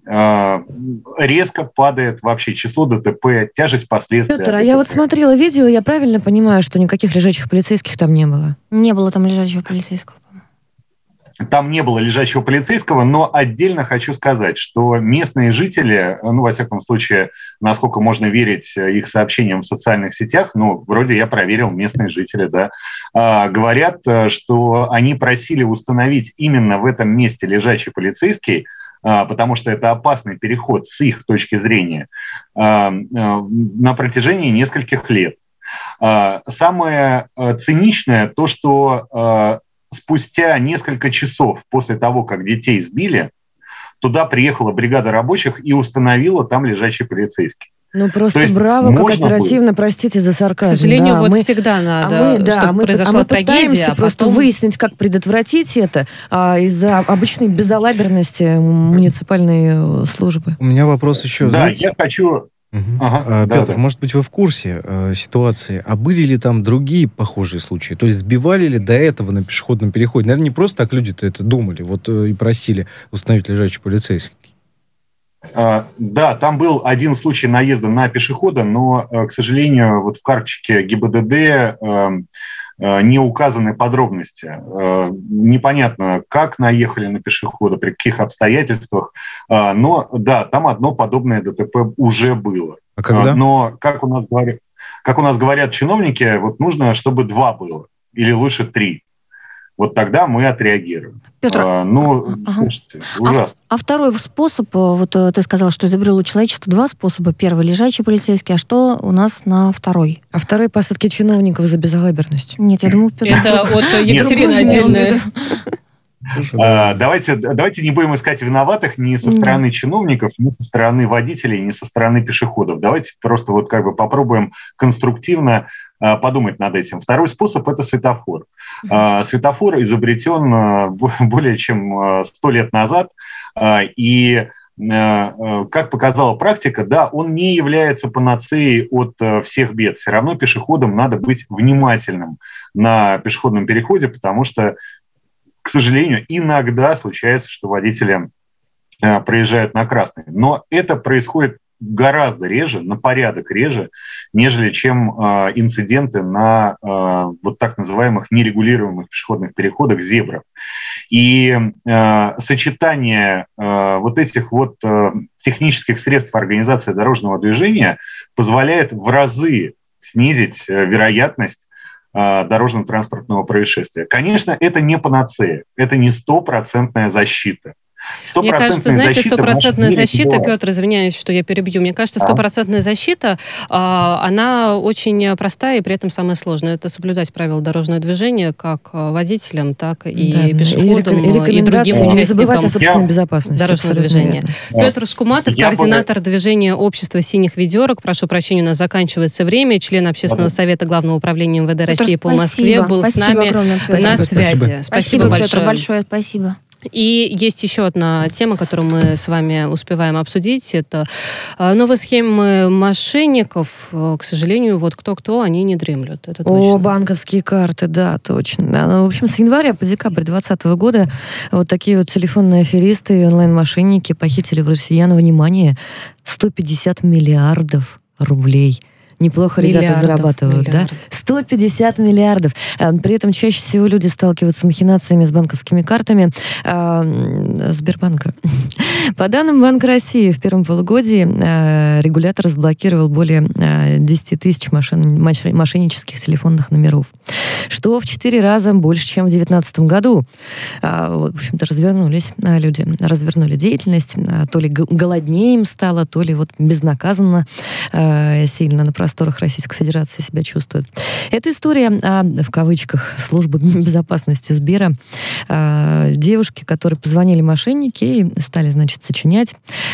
резко падает вообще число ДТП, тяжесть последствий. Петр, а я вот смотрела видео, я правильно понимаю, что никаких лежачих полицейских там не было? Не было там лежачего полицейского. Там не было лежачего полицейского, но отдельно хочу сказать, что местные жители, во всяком случае, насколько можно верить их сообщениям в социальных сетях, вроде я проверил, местные жители, да, говорят, что они просили установить именно в этом месте лежачий полицейский, потому что это опасный переход с их точки зрения на протяжении нескольких лет. Самое циничное то, что спустя несколько часов после того, как детей сбили, туда приехала бригада рабочих и установила там лежачий полицейский. Ну, просто браво, как оперативно, простите за сарказм. К сожалению, всегда надо, чтобы произошла трагедия. Мы просто выяснить, как предотвратить это из-за обычной безалаберности муниципальной службы. У меня вопрос еще. Да, я хочу... Петр, может быть, вы в курсе ситуации, а были ли там другие похожие случаи? То есть сбивали ли до этого на пешеходном переходе? Наверное, не просто так люди-то это думали, и просили установить лежачий полицейский. Да, там был один случай наезда на пешехода, но, к сожалению, в карточке ГИБДД не указаны подробности. Непонятно, как наехали на пешехода, при каких обстоятельствах. Но, да, там одно подобное ДТП уже было. А когда? Но, как у нас говорят чиновники, нужно, чтобы 2 было, или лучше 3. Тогда мы отреагируем. Петр, слушайте, ужасно. А второй способ, ты сказал, что изобрело человечество 2 способа. Первый — лежачий полицейский, а что у нас на второй? А второй — посадки чиновников за безалаберность. Нет, я думаю, Петр... Это от Екатерины отдельное. Давайте не будем искать виноватых ни со стороны чиновников, ни со стороны водителей, ни со стороны пешеходов. Давайте просто попробуем конструктивно подумать над этим. Второй способ – это светофор. Светофор изобретен более чем 100 лет назад, и, как показала практика, да, он не является панацеей от всех бед. Все равно пешеходам надо быть внимательным на пешеходном переходе, потому что, к сожалению, иногда случается, что водители проезжают на красный. Но это происходит гораздо реже, на порядок реже, нежели чем инциденты на так называемых нерегулируемых пешеходных переходах, зебрах. И сочетание этих технических средств организации дорожного движения позволяет в разы снизить вероятность дорожно-транспортного происшествия. Конечно, это не панацея, это не 100% защита. Мне кажется, знаете, 100% защита, Петр, извиняюсь, что я перебью, мне кажется, 100% защита, она очень простая и при этом самая сложная. Это соблюдать правила дорожного движения как водителям, так и пешеходам, и другим участникам дорожного движения. Петр Шкуматов, координатор движения общества «Синих ведерок». Прошу прощения, у нас заканчивается время. Член Общественного совета Главного управления МВД России по Москве был с нами на связи. Спасибо большое. Петр, большое спасибо. И есть еще одна тема, которую мы с вами успеваем обсудить. Это новые схемы мошенников. К сожалению, кто-кто, они не дремлют. Это точно. Банковские карты, да, точно. В общем, с января по декабрь 2020 года такие телефонные аферисты и онлайн-мошенники похитили в россиян, внимание, 150 миллиардов рублей. Неплохо ребята зарабатывают, да? 150 миллиардов. При этом чаще всего люди сталкиваются с махинациями с банковскими картами Сбербанка. По данным Банка России, в первом полугодии регулятор разблокировал более 10 тысяч мошеннических телефонных номеров, что в 4 раза больше, чем в 2019 году. В общем-то, развернулись люди, развернули деятельность. То ли голоднее им стало, то ли безнаказанно сильно на просторах Российской Федерации себя чувствуют. Это история в кавычках службы безопасности Сбера. Девушки, которые позвонили мошенники и стали, сочинять,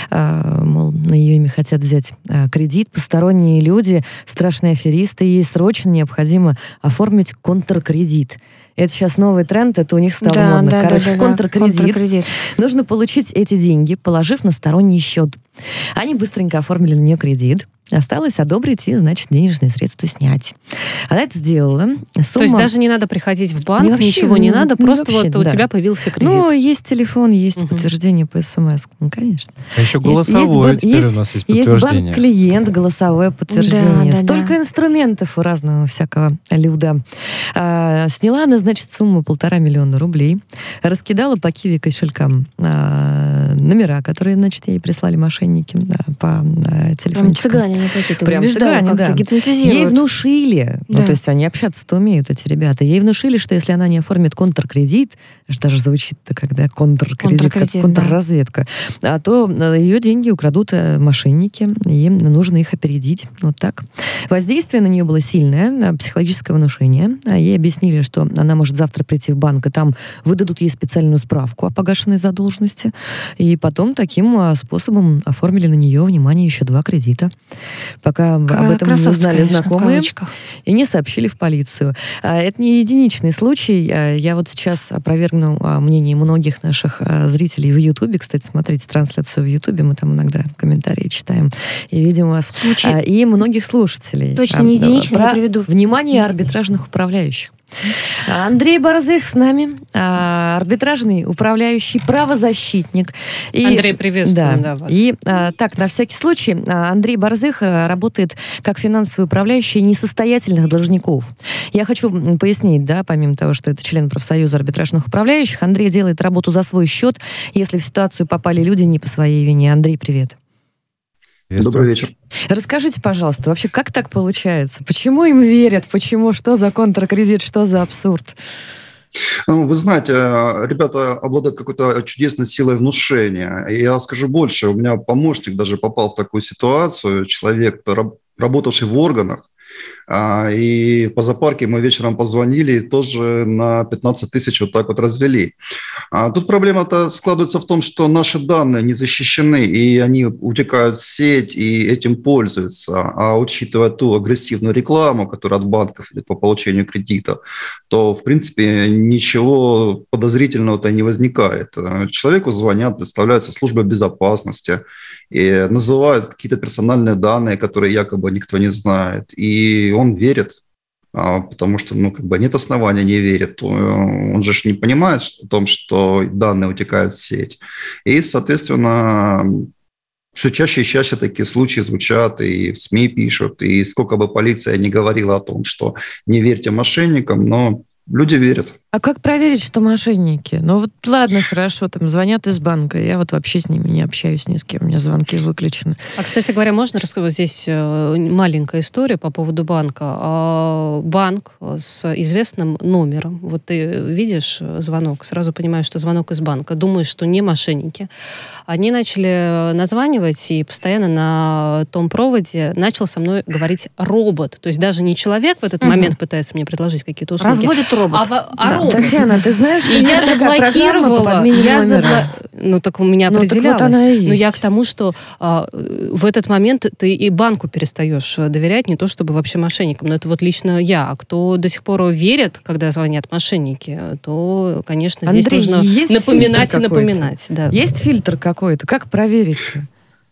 мол, на ее имя хотят взять кредит. Посторонние люди, страшные аферисты, ей срочно необходимо оформить контркредит. Это сейчас новый тренд, это у них стало модно. Контркредит. Нужно получить эти деньги, положив на сторонний счет. Они быстренько оформили на нее кредит. Осталось одобрить и, денежные средства снять. Она это сделала. То есть даже не надо приходить в банк, ничего не надо, просто у тебя появился кредит. Есть телефон, есть подтверждение по СМС. Конечно. А еще голосовое теперь у нас есть подтверждение. Есть банк-клиент, голосовое подтверждение. Столько инструментов у разного всякого люда. Сняла она, сумму 1,5 миллиона рублей, раскидала по Киви кошелькам номера, которые, ей прислали мошенники по телефончикам. Прям цыгане какие-то. Прям цыгане, да. Гипнотизируют. Ей внушили, то есть они общаться-то умеют, эти ребята, ей внушили, что если она не оформит контркредит, даже звучит-то когда контркредит, как контрразведка, то ее деньги украдут мошенники, и нужно их опередить. Вот так. Воздействие на нее было сильное, психологическое внушение. ей объяснили, что она может завтра прийти в банк, и там выдадут ей специальную справку о погашенной задолженности. И потом таким способом оформили на нее, внимание, еще 2 кредита. Пока об этом не узнали знакомые и не сообщили в полицию. Это не единичный случай. Я вот сейчас опровергну мнение многих наших зрителей в Ютубе. Кстати, смотрите трансляцию в Ютубе, мы там иногда комментарии читаем и видим вас. И многих слушателей. Точно не единичный, я приведу. Внимание арбитражных управляющих. Андрей Борзых с нами, арбитражный управляющий, правозащитник. Андрей, приветствую вас. И так, на всякий случай, Андрей Борзых работает как финансовый управляющий несостоятельных должников. Я хочу пояснить, помимо того, что это член профсоюза арбитражных управляющих, Андрей делает работу за свой счет, если в ситуацию попали люди не по своей вине. Андрей, привет. Добрый вечер. Расскажите, пожалуйста, вообще, как так получается? Почему им верят? Почему? Что за контркредит? Что за абсурд? Вы знаете, ребята обладают какой-то чудесной силой внушения. И я скажу больше. У меня помощник даже попал в такую ситуацию. Человек, работавший в органах. И по зоопарке мы вечером позвонили и тоже на 15 тысяч вот так вот развели. Тут проблема-то складывается в том, что наши данные не защищены, и они утекают в сеть, и этим пользуются. А учитывая ту агрессивную рекламу, которая от банков идет по получению кредита, то, в принципе, ничего подозрительного-то не возникает. Человеку звонят, представляются службы безопасности, и называют какие-то персональные данные, которые якобы никто не знает. И он верит, потому что нет основания не верить. Он же не понимает о том, что данные утекают в сеть. И, соответственно, все чаще и чаще такие случаи звучат, и в СМИ пишут, и сколько бы полиция ни говорила о том, что не верьте мошенникам, но люди верят. А как проверить, что мошенники? Ладно, хорошо, там звонят из банка, я вообще с ними не общаюсь ни с кем, у меня звонки выключены. А, кстати говоря, можно рассказать здесь маленькая история по поводу банка. Банк с известным номером. Вот ты видишь звонок, сразу понимаешь, что звонок из банка, думаешь, что не мошенники. Они начали названивать, и постоянно на том проводе начал со мной говорить робот. То есть даже не человек в этот момент пытается мне предложить какие-то услуги. Разводит робот. Татьяна, ты знаешь, что я заблокировала, так у меня определялось. Но я к тому, что в этот момент ты и банку перестаешь доверять, не то чтобы вообще мошенникам, но это лично я. А кто до сих пор верит, когда звонят мошенники, то, конечно, здесь Андрей, нужно напоминать и напоминать. Да. Есть фильтр какой-то? Как проверить-то?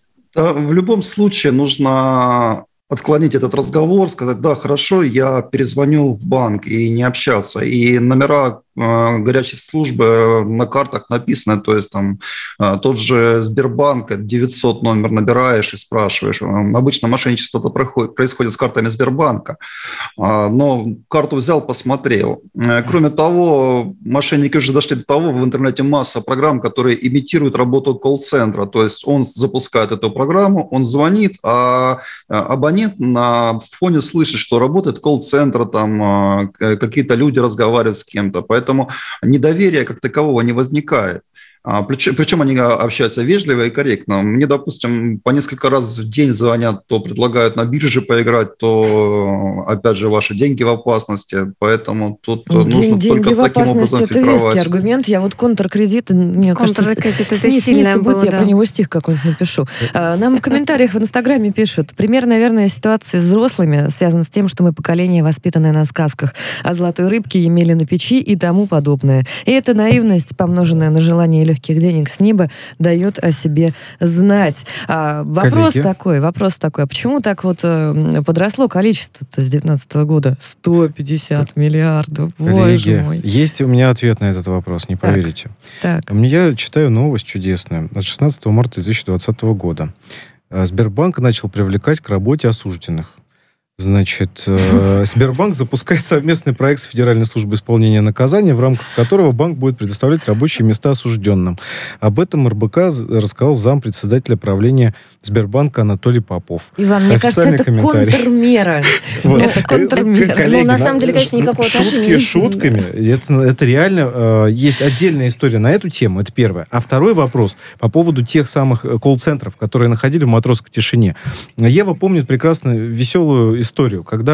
В любом случае нужно отклонить этот разговор, сказать, да, хорошо, я перезвоню в банк и не общаться. И номера горячей службы на картах написаны, то есть там тот же Сбербанк, 900 номер набираешь и спрашиваешь. Обычно мошенничество происходит с картами Сбербанка, но карту взял, посмотрел. Кроме того, мошенники уже дошли до того, в интернете масса программ, которые имитируют работу колл-центра, то есть он запускает эту программу, он звонит, а абонент на фоне слышит, что работает колл-центр, там какие-то люди разговаривают с кем-то, поэтому недоверия как такового не возникает. Причем они общаются вежливо и корректно. Мне, допустим, по несколько раз в день звонят, то предлагают на бирже поиграть, то, опять же, ваши деньги в опасности. Поэтому тут нужно только таким образом фильтровать. Это веский аргумент. Я контркредит, мне кажется, это сильное было, я про него стих какой-нибудь напишу. Нам в комментариях в Инстаграме пишут, пример, наверное, ситуации с взрослыми связан с тем, что мы поколение, воспитанное на сказках о золотой рыбке, Емеле на печи и тому подобное. И эта наивность, помноженная на желание легких денег с неба, дает о себе знать. Вопрос такой, а почему так подросло количество-то с 2019 года? 150 миллиардов, боже мой. Есть у меня ответ на этот вопрос, не поверите. Так. Я читаю новость чудесную от 16 марта 2020 года. Сбербанк начал привлекать к работе осужденных. Значит, Сбербанк запускает совместный проект с Федеральной службой исполнения наказания, в рамках которого банк будет предоставлять рабочие места осужденным. Об этом РБК рассказал зампредседателя правления Сбербанка Анатолий Попов. Иван, мне кажется, это контрмера. Это контрмера. Ну, на самом деле, конечно, никакого отношения. Шутки шутками. Это реально есть отдельная история на эту тему, это первое. А второй вопрос по поводу тех самых колл-центров, которые находили в Матросской тишине. Ева помнит прекрасно веселую историю, когда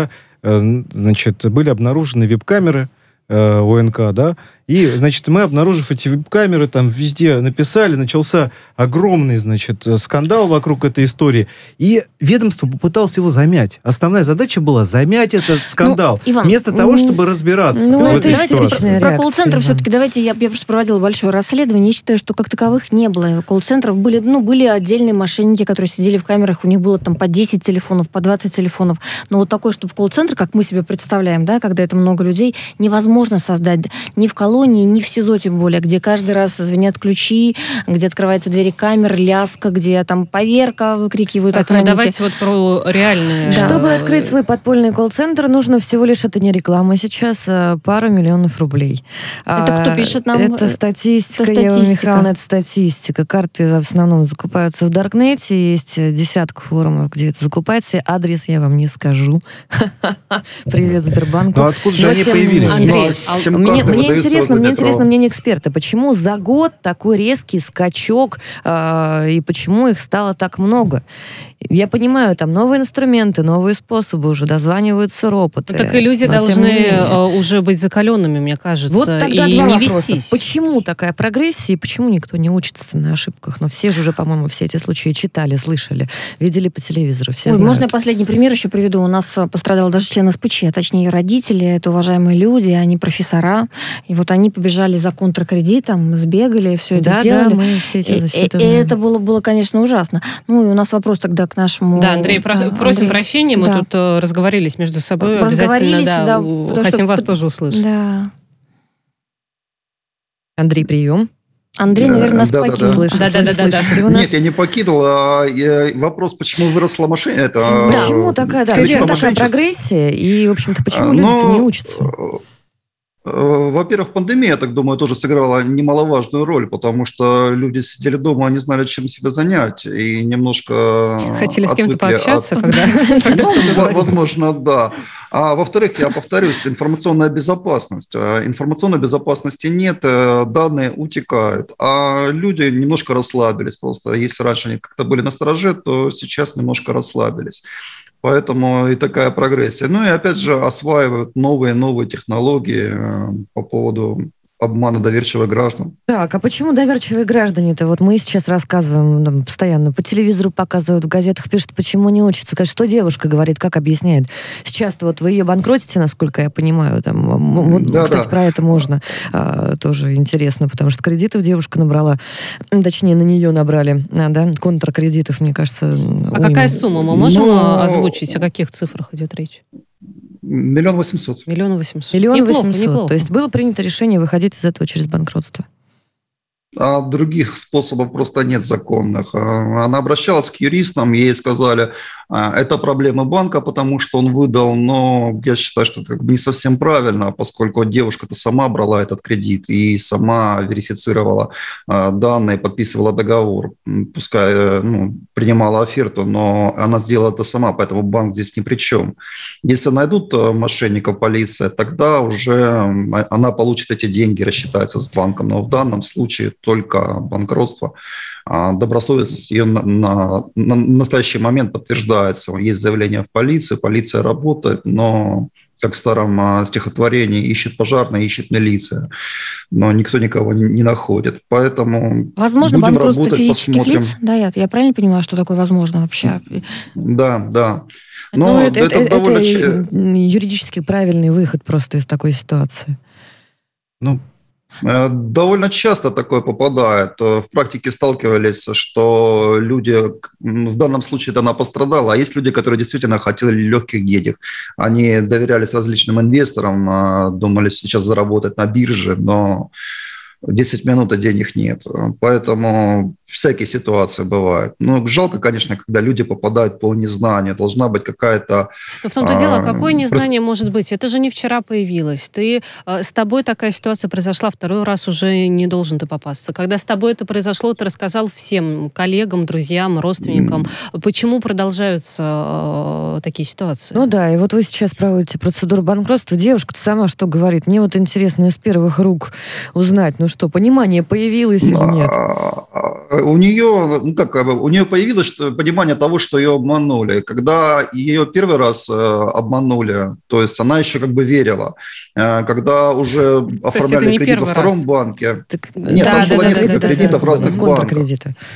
значит, были обнаружены веб-камеры ОНК, да, и, значит, мы, обнаружив эти веб-камеры, там везде написали, начался огромный, значит, скандал вокруг этой истории, и ведомство попыталось его замять. Основная задача была замять этот скандал, Иван, вместо того, чтобы разбираться в этой ситуации. Про колл-центры все-таки давайте, я просто проводила большое расследование, я считаю, что как таковых не было. Колл-центров были отдельные мошенники, которые сидели в камерах, у них было там по 10 телефонов, по 20 телефонов, но вот такой, чтобы колл-центр, как мы себе представляем, да, когда это много людей, невозможно создать ни в колонии, ни в СИЗО, тем более, где каждый раз звенят ключи, где открываются двери камер, ляска, где там поверка, выкрикивают охранники. Давайте вот про реальные... Да. Чтобы открыть свой подпольный колл-центр, нужно всего лишь, это не реклама сейчас, пару миллионов рублей. Это кто пишет нам? Это статистика, Ева Михайловна, это статистика. Карты в основном закупаются в Даркнете, есть десятка форумов, где это закупается. Адрес я вам не скажу. Привет Сбербанку. Ну откуда же они появились? Андрей, мне интересно мнение эксперта. Почему за год такой резкий скачок и почему их стало так много? Я понимаю, там новые инструменты, новые способы уже, дозваниваются роботы. Так и люди должны уже быть закаленными, мне кажется, вот тогда и два не вопроса. вестись. Почему такая прогрессия и почему никто не учится на ошибках? Но все же уже, по-моему, все эти случаи читали, слышали, видели по телевизору, все знают. Можно я последний пример еще приведу? У нас пострадал даже член СПЧ, точнее родители, это уважаемые люди, они профессора, и вот они побежали за контркредитом, сбегали, все это сделали. Да, мы все это знаем. И это было, конечно, ужасно. Ну и у нас вопрос тогда к нашему... Да, Андрей, просим прощения, мы тут разговорились между собой, обязательно хотим вас тоже услышать. Да. Андрей, прием. Андрей, наверное, нас покинул. Да. Нет, я не покинул. Вопрос, почему выросла машина? Почему такая прогрессия? И, в общем-то, почему люди-то не учатся? Во-первых, пандемия, я так думаю, тоже сыграла немаловажную роль, потому что люди сидели дома, они знали, чем себя занять, и немножко... Хотели с кем-то пообщаться, когда возможно, да. А во-вторых, я повторюсь, информационная безопасность. Информационной безопасности нет, данные утекают, а люди немножко расслабились просто. Если раньше они как-то были настороже, то сейчас немножко расслабились. Поэтому и такая прогрессия. Ну и опять же осваивают новые технологии по поводу обмана доверчивых граждан. Так, а почему доверчивые граждане-то? Вот мы сейчас рассказываем постоянно, по телевизору показывают, в газетах пишут, почему не учатся. Что девушка говорит, как объясняет? Сейчас-то вот вы ее банкротите, насколько я понимаю. Кстати, про это можно. Тоже интересно, потому что кредитов девушка набрала, точнее, на нее набрали, контркредитов, мне кажется. Какая сумма? Мы можем озвучить, о каких цифрах идет речь? 1 800 000. 1 800 000. 1 800 000. То есть было принято решение выходить из этого через банкротство. А других способов просто нет законных. Она обращалась к юристам, ей сказали, это проблема банка, потому что он выдал, но я считаю, что это не совсем правильно, поскольку девушка-то сама брала этот кредит и сама верифицировала данные, подписывала договор, пускай принимала оферту, но она сделала это сама, поэтому банк здесь ни при чем. Если найдут мошенников полиция, тогда уже она получит эти деньги, рассчитается с банком, но в данном случае только банкротство. Добросовестность ее на настоящий момент подтверждается. Есть заявление в полиции, полиция работает, но, как в старом стихотворении, ищет пожарная, ищет милиция, но никто никого не находит. Поэтому возможно, банкротство физических лиц? Да, я правильно понимаю, что такое возможно вообще? Да. Но это юридически правильный выход просто из такой ситуации. Довольно часто такое попадает. В практике сталкивались, что люди, в данном случае она пострадала, а есть люди, которые действительно хотели легких денег. Они доверялись различным инвесторам, думали сейчас заработать на бирже, но 10 минут, а денег нет. Поэтому всякие ситуации бывают. Жалко, конечно, когда люди попадают по незнанию. Должна быть какая-то... Но в том-то дело, какое незнание может быть? Это же не вчера появилось. С тобой такая ситуация произошла, второй раз уже не должен ты попасться. Когда с тобой это произошло, ты рассказал всем коллегам, друзьям, родственникам. Почему продолжаются такие ситуации? И вот вы сейчас проводите процедуру банкротства. Девушка-то сама что говорит? Мне вот интересно из первых рук узнать, понимание появилось или нет? у нее появилось понимание того, что ее обманули. Когда ее первый раз обманули, то есть она еще как бы верила. Когда уже оформляли кредит во втором банке. Там было несколько кредитов в разных банках.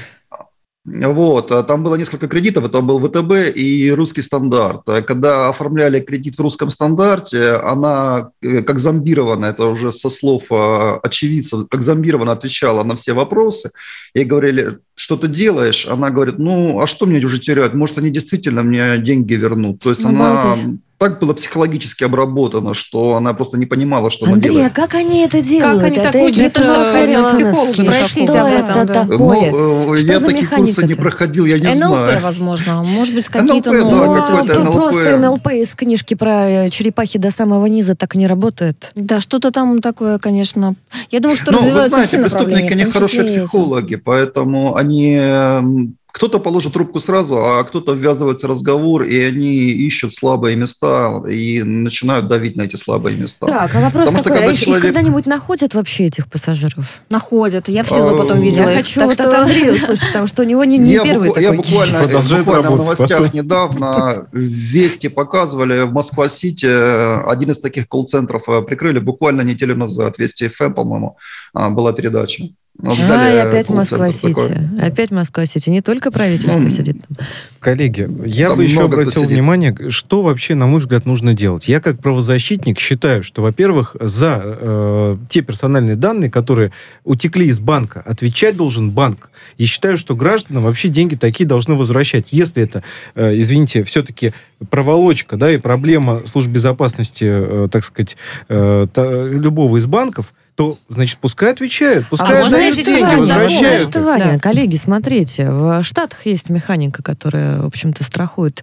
Вот, там было несколько кредитов, это был ВТБ и Русский стандарт. Когда оформляли кредит в Русском стандарте, она, как зомбированная, это уже со слов очевидцев, как зомбированно отвечала на все вопросы. Ей говорили, что ты делаешь? Она говорит, а что мне уже терять? Может, они действительно мне деньги вернут? То есть она так была психологически обработана, что она просто не понимала, что она делает. Андрей, а как они это делают? Как они так учатся? Простите об этом. Это такое? Я такие курсы не проходил, я не знаю. НЛП, возможно. Может быть, какие-то... Просто НЛП из книжки про черепахи до самого низа так не работает. Да, что-то там такое, конечно. Я думаю, что развиваются все направления. Вы знаете, преступники, они хорошие психологи, поэтому они... Кто-то положит трубку сразу, а кто-то ввязывается в разговор, и они ищут слабые места и начинают давить на эти слабые места. Так, а вопрос такой, их когда-нибудь находят вообще, этих пассажиров? Находят, я в СИЗО потом видела. Я хочу от Андрея услышать, потому что у него не первый такой. Я буквально в новостях недавно в Вести показывали, в Москва-Сити один из таких колл-центров прикрыли буквально неделю назад. Вести ФМ, по-моему, была передача. И опять Москва-Сити. Опять Москва-Сити. Не только правительство сидит там. Коллеги, я бы еще обратил внимание, что вообще, на мой взгляд, нужно делать. Я как правозащитник считаю, что, во-первых, за те персональные данные, которые утекли из банка, отвечать должен банк. И считаю, что гражданам вообще деньги такие должны возвращать. Если это, извините, все-таки проволочка, да, и проблема служб безопасности, так сказать, любого из банков, то, значит, пускай отвечают, пускай отдают деньги, возвращают. Ваня, коллеги, смотрите, в Штатах есть механика, которая, в общем-то, страхует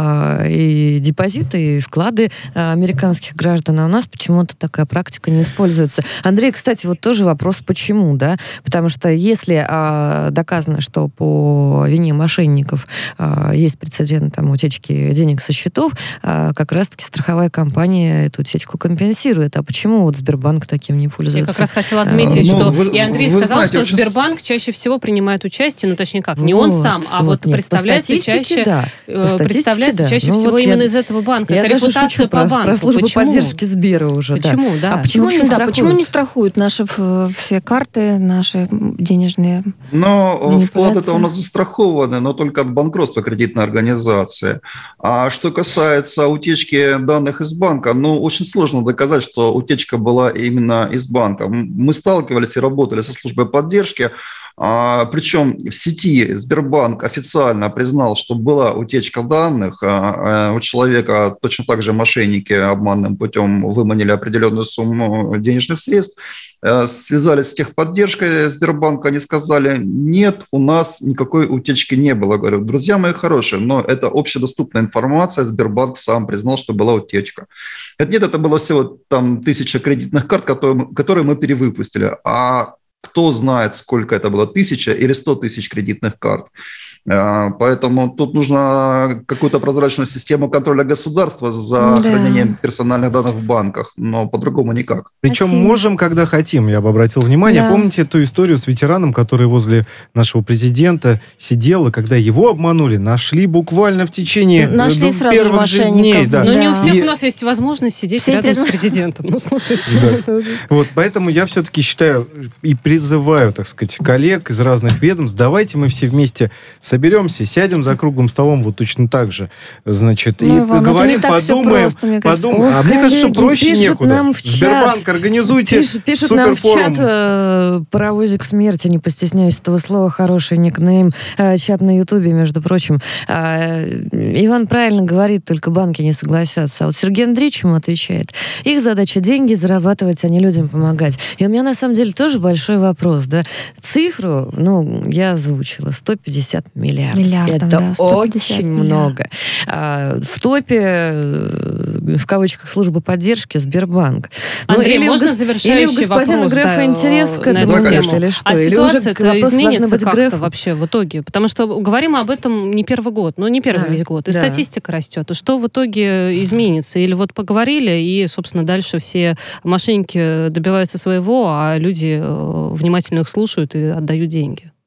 и депозиты, и вклады американских граждан, а у нас почему-то такая практика не используется. Андрей, кстати, вот тоже вопрос, почему, да? Потому что если доказано, что по вине мошенников есть прецедент там, утечки денег со счетов, как раз-таки страховая компания эту утечку компенсирует. А почему вот Сбербанк таким не пользуется? Я как раз хотела отметить, что и Андрей сказал, что Сбербанк чаще всего принимает участие, точнее как, не он сам, а представляется чаще всего именно из этого банка. Это репутация по банку. Про службу поддержки Сбера уже. Почему, да? А почему не страхуют наши все карты, наши денежные? Но вклады-то у нас застрахованы, но только от банкротства кредитной организации. А что касается утечки данных из банка, очень сложно доказать, что утечка была именно из банка. Мы сталкивались и работали со службой поддержки, причем в сети Сбербанк официально признал, что была утечка данных. У человека точно так же мошенники обманным путем выманили определенную сумму денежных средств, связались с техподдержкой Сбербанка, они сказали, нет, у нас никакой утечки не было. Говорю, друзья мои хорошие, но это общедоступная информация, Сбербанк сам признал, что была утечка. Нет, это было всего 1000 кредитных карт, которые мы перевыпустили, а кто знает, сколько это было, 1000 или 100 тысяч кредитных карт. Поэтому тут нужна какую-то прозрачную систему контроля государства за хранением персональных данных в банках, но по-другому никак. Причем можем, когда хотим, я бы обратил внимание. Да. Помните ту историю с ветераном, который возле нашего президента сидел, и когда его обманули, нашли буквально в течение первых же дней. Да. Но не у всех у нас есть возможность сидеть рядом с президентом. Слушайте. Вот, поэтому я все-таки считаю и призываю, так сказать, коллег из разных ведомств, давайте мы все вместе соберемся, сядем за круглым столом вот точно так же, значит, и поговорим, подумаем. Мне кажется, что проще некуда. Сбербанк, организуйте пишут нам в чат «Паровозик смерти», не постесняюсь этого слова, хороший никнейм, чат на Ютубе, между прочим. Иван правильно говорит, только банки не согласятся. А вот Сергей Андреевич ему отвечает, их задача деньги зарабатывать, а не людям помогать. И у меня на самом деле тоже большой вопрос, да. Цифру, я озвучила, 150 миллиардов. Это очень много. В топе, в кавычках, службы поддержки Сбербанк. Андрей, можно завершающий вопрос? Или у господина Грефа интерес к этому тему? Или что? А ситуация-то изменится как-то вообще в итоге? Потому что говорим об этом не первый год, не первый весь год. И статистика растет. И что в итоге изменится? Или вот поговорили, и, собственно, дальше все мошенники добиваются своего, а люди внимательно их слушают и отдают деньги?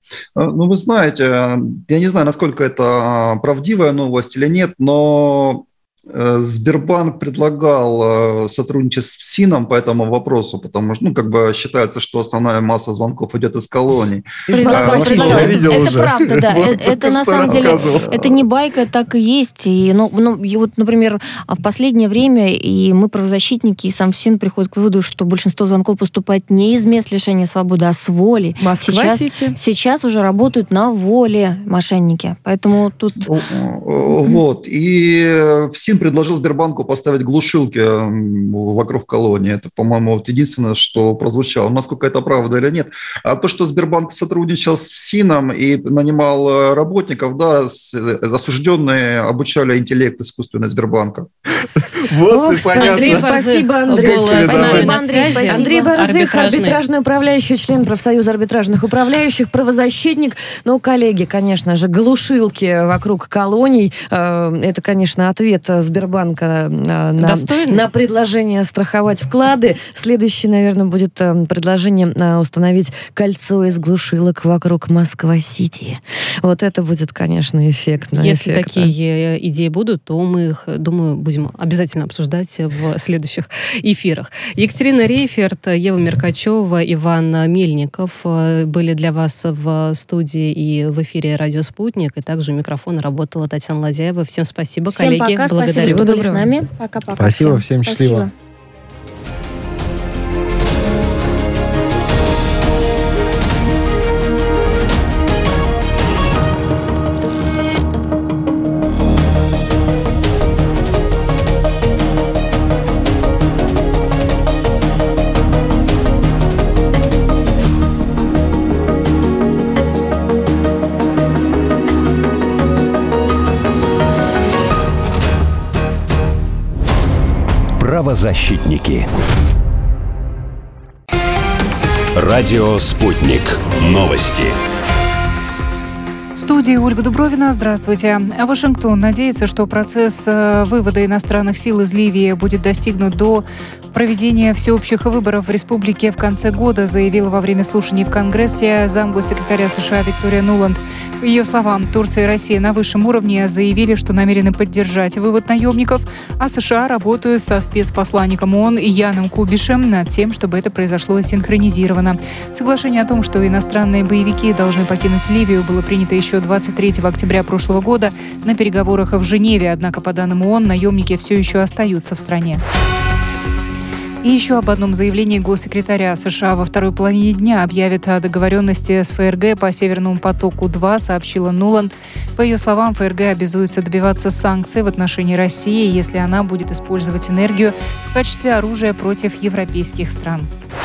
Ну, вы знаете, я не знаю, насколько это правдивая новость или нет, но Сбербанк предлагал сотрудничать с ФСИНом по этому вопросу, потому что, считается, что основная масса звонков идет из колоний. Это правда, да. Это на самом деле, это не байка, так и есть. И, вот, например, в последнее время и мы, правозащитники, и сам ФСИН приходят к выводу, что большинство звонков поступает не из мест лишения свободы, а с воли. Сейчас уже работают на воле мошенники. Поэтому тут... Вот. И ФСИН предложил Сбербанку поставить глушилки вокруг колонии. Это, по-моему, единственное, что прозвучало. Насколько это правда или нет. А то, что Сбербанк сотрудничал с ФСИНом и нанимал работников, да, осужденные обучали интеллект искусственный Сбербанка. Вот и понятно. Спасибо, Андрей. Андрей Борзых, арбитражный управляющий, член профсоюза арбитражных управляющих, правозащитник. Коллеги, конечно же, глушилки вокруг колоний. Это, конечно, ответ Сбербанка на предложение страховать вклады. Следующее, наверное, будет предложение установить кольцо из глушилок вокруг Москва-Сити. Вот это будет, конечно, эффектно. Если такие идеи будут, то мы их, думаю, будем обязательно обсуждать в следующих эфирах. Екатерина Рейферт, Ева Меркачева, Иван Мельников были для вас в студии и в эфире «Радио Спутник». И также у микрофона работала Татьяна Ладяева. Всем спасибо, коллеги. Пока, благодарю. Спасибо, что были с нами. Пока-пока. Спасибо, всем счастливо. Правозащитники. Радио «Спутник». Новости. В студии Ольга Дубровина. Здравствуйте. Вашингтон надеется, что процесс вывода иностранных сил из Ливии будет достигнут до проведения всеобщих выборов в республике в конце года, заявила во время слушаний в Конгрессе замгоссекретаря США Виктория Нуланд. По ее словам, Турция и Россия на высшем уровне заявили, что намерены поддержать вывод наемников, а США работают со спецпосланником ООН Яном Кубишем над тем, чтобы это произошло синхронизированно. Соглашение о том, что иностранные боевики должны покинуть Ливию, было принято еще 23 октября прошлого года на переговорах в Женеве, однако, по данным ООН, наемники все еще остаются в стране. И еще об одном заявлении госсекретаря США во второй половине дня объявит о договоренности с ФРГ по Северному потоку-2, сообщила Нуланд. По ее словам, ФРГ обязуется добиваться санкций в отношении России, если она будет использовать энергию в качестве оружия против европейских стран.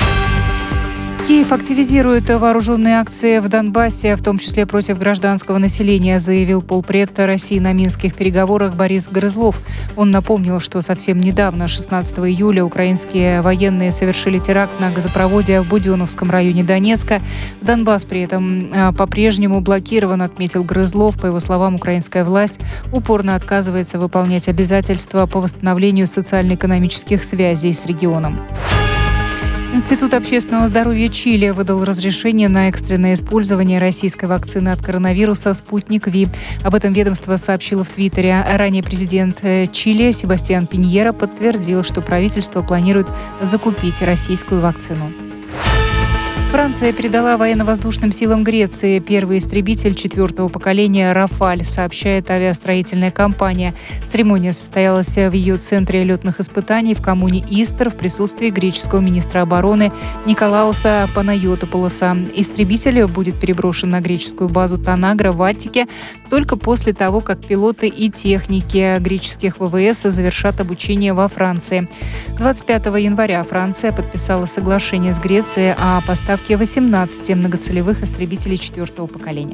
Киев активизирует вооруженные акции в Донбассе, в том числе против гражданского населения, заявил полпред России на минских переговорах Борис Грызлов. Он напомнил, что совсем недавно, 16 июля, украинские военные совершили теракт на газопроводе в Буденновском районе Донецка. Донбасс при этом по-прежнему блокирован, отметил Грызлов. По его словам, украинская власть упорно отказывается выполнять обязательства по восстановлению социально-экономических связей с регионом. Институт общественного здоровья Чили выдал разрешение на экстренное использование российской вакцины от коронавируса «Спутник Ви». Об этом ведомство сообщило в Твиттере. Ранее президент Чили Себастьян Пиньера подтвердил, что правительство планирует закупить российскую вакцину. Франция передала военно-воздушным силам Греции первый истребитель 4-го поколения «Рафаль», сообщает авиастроительная компания. Церемония состоялась в ее центре летных испытаний в коммуне Истер в присутствии греческого министра обороны Николауса Панайотополоса. Истребитель будет переброшен на греческую базу Танагра в Аттике только после того, как пилоты и техники греческих ВВС завершат обучение во Франции. 25 января Франция подписала соглашение с Грецией о поставке 18 многоцелевых истребителей 4-го поколения.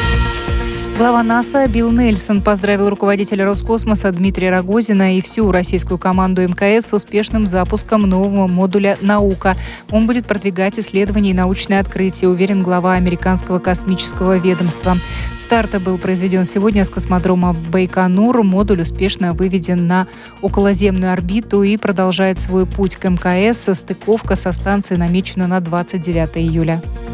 Глава НАСА Билл Нельсон поздравил руководителя Роскосмоса Дмитрия Рогозина и всю российскую команду МКС с успешным запуском нового модуля «Наука». Он будет продвигать исследования и научные открытия, уверен глава американского космического ведомства. Старт был произведен сегодня с космодрома Байконур. Модуль успешно выведен на околоземную орбиту и продолжает свой путь к МКС. Стыковка со станцией намечена на 29 июля.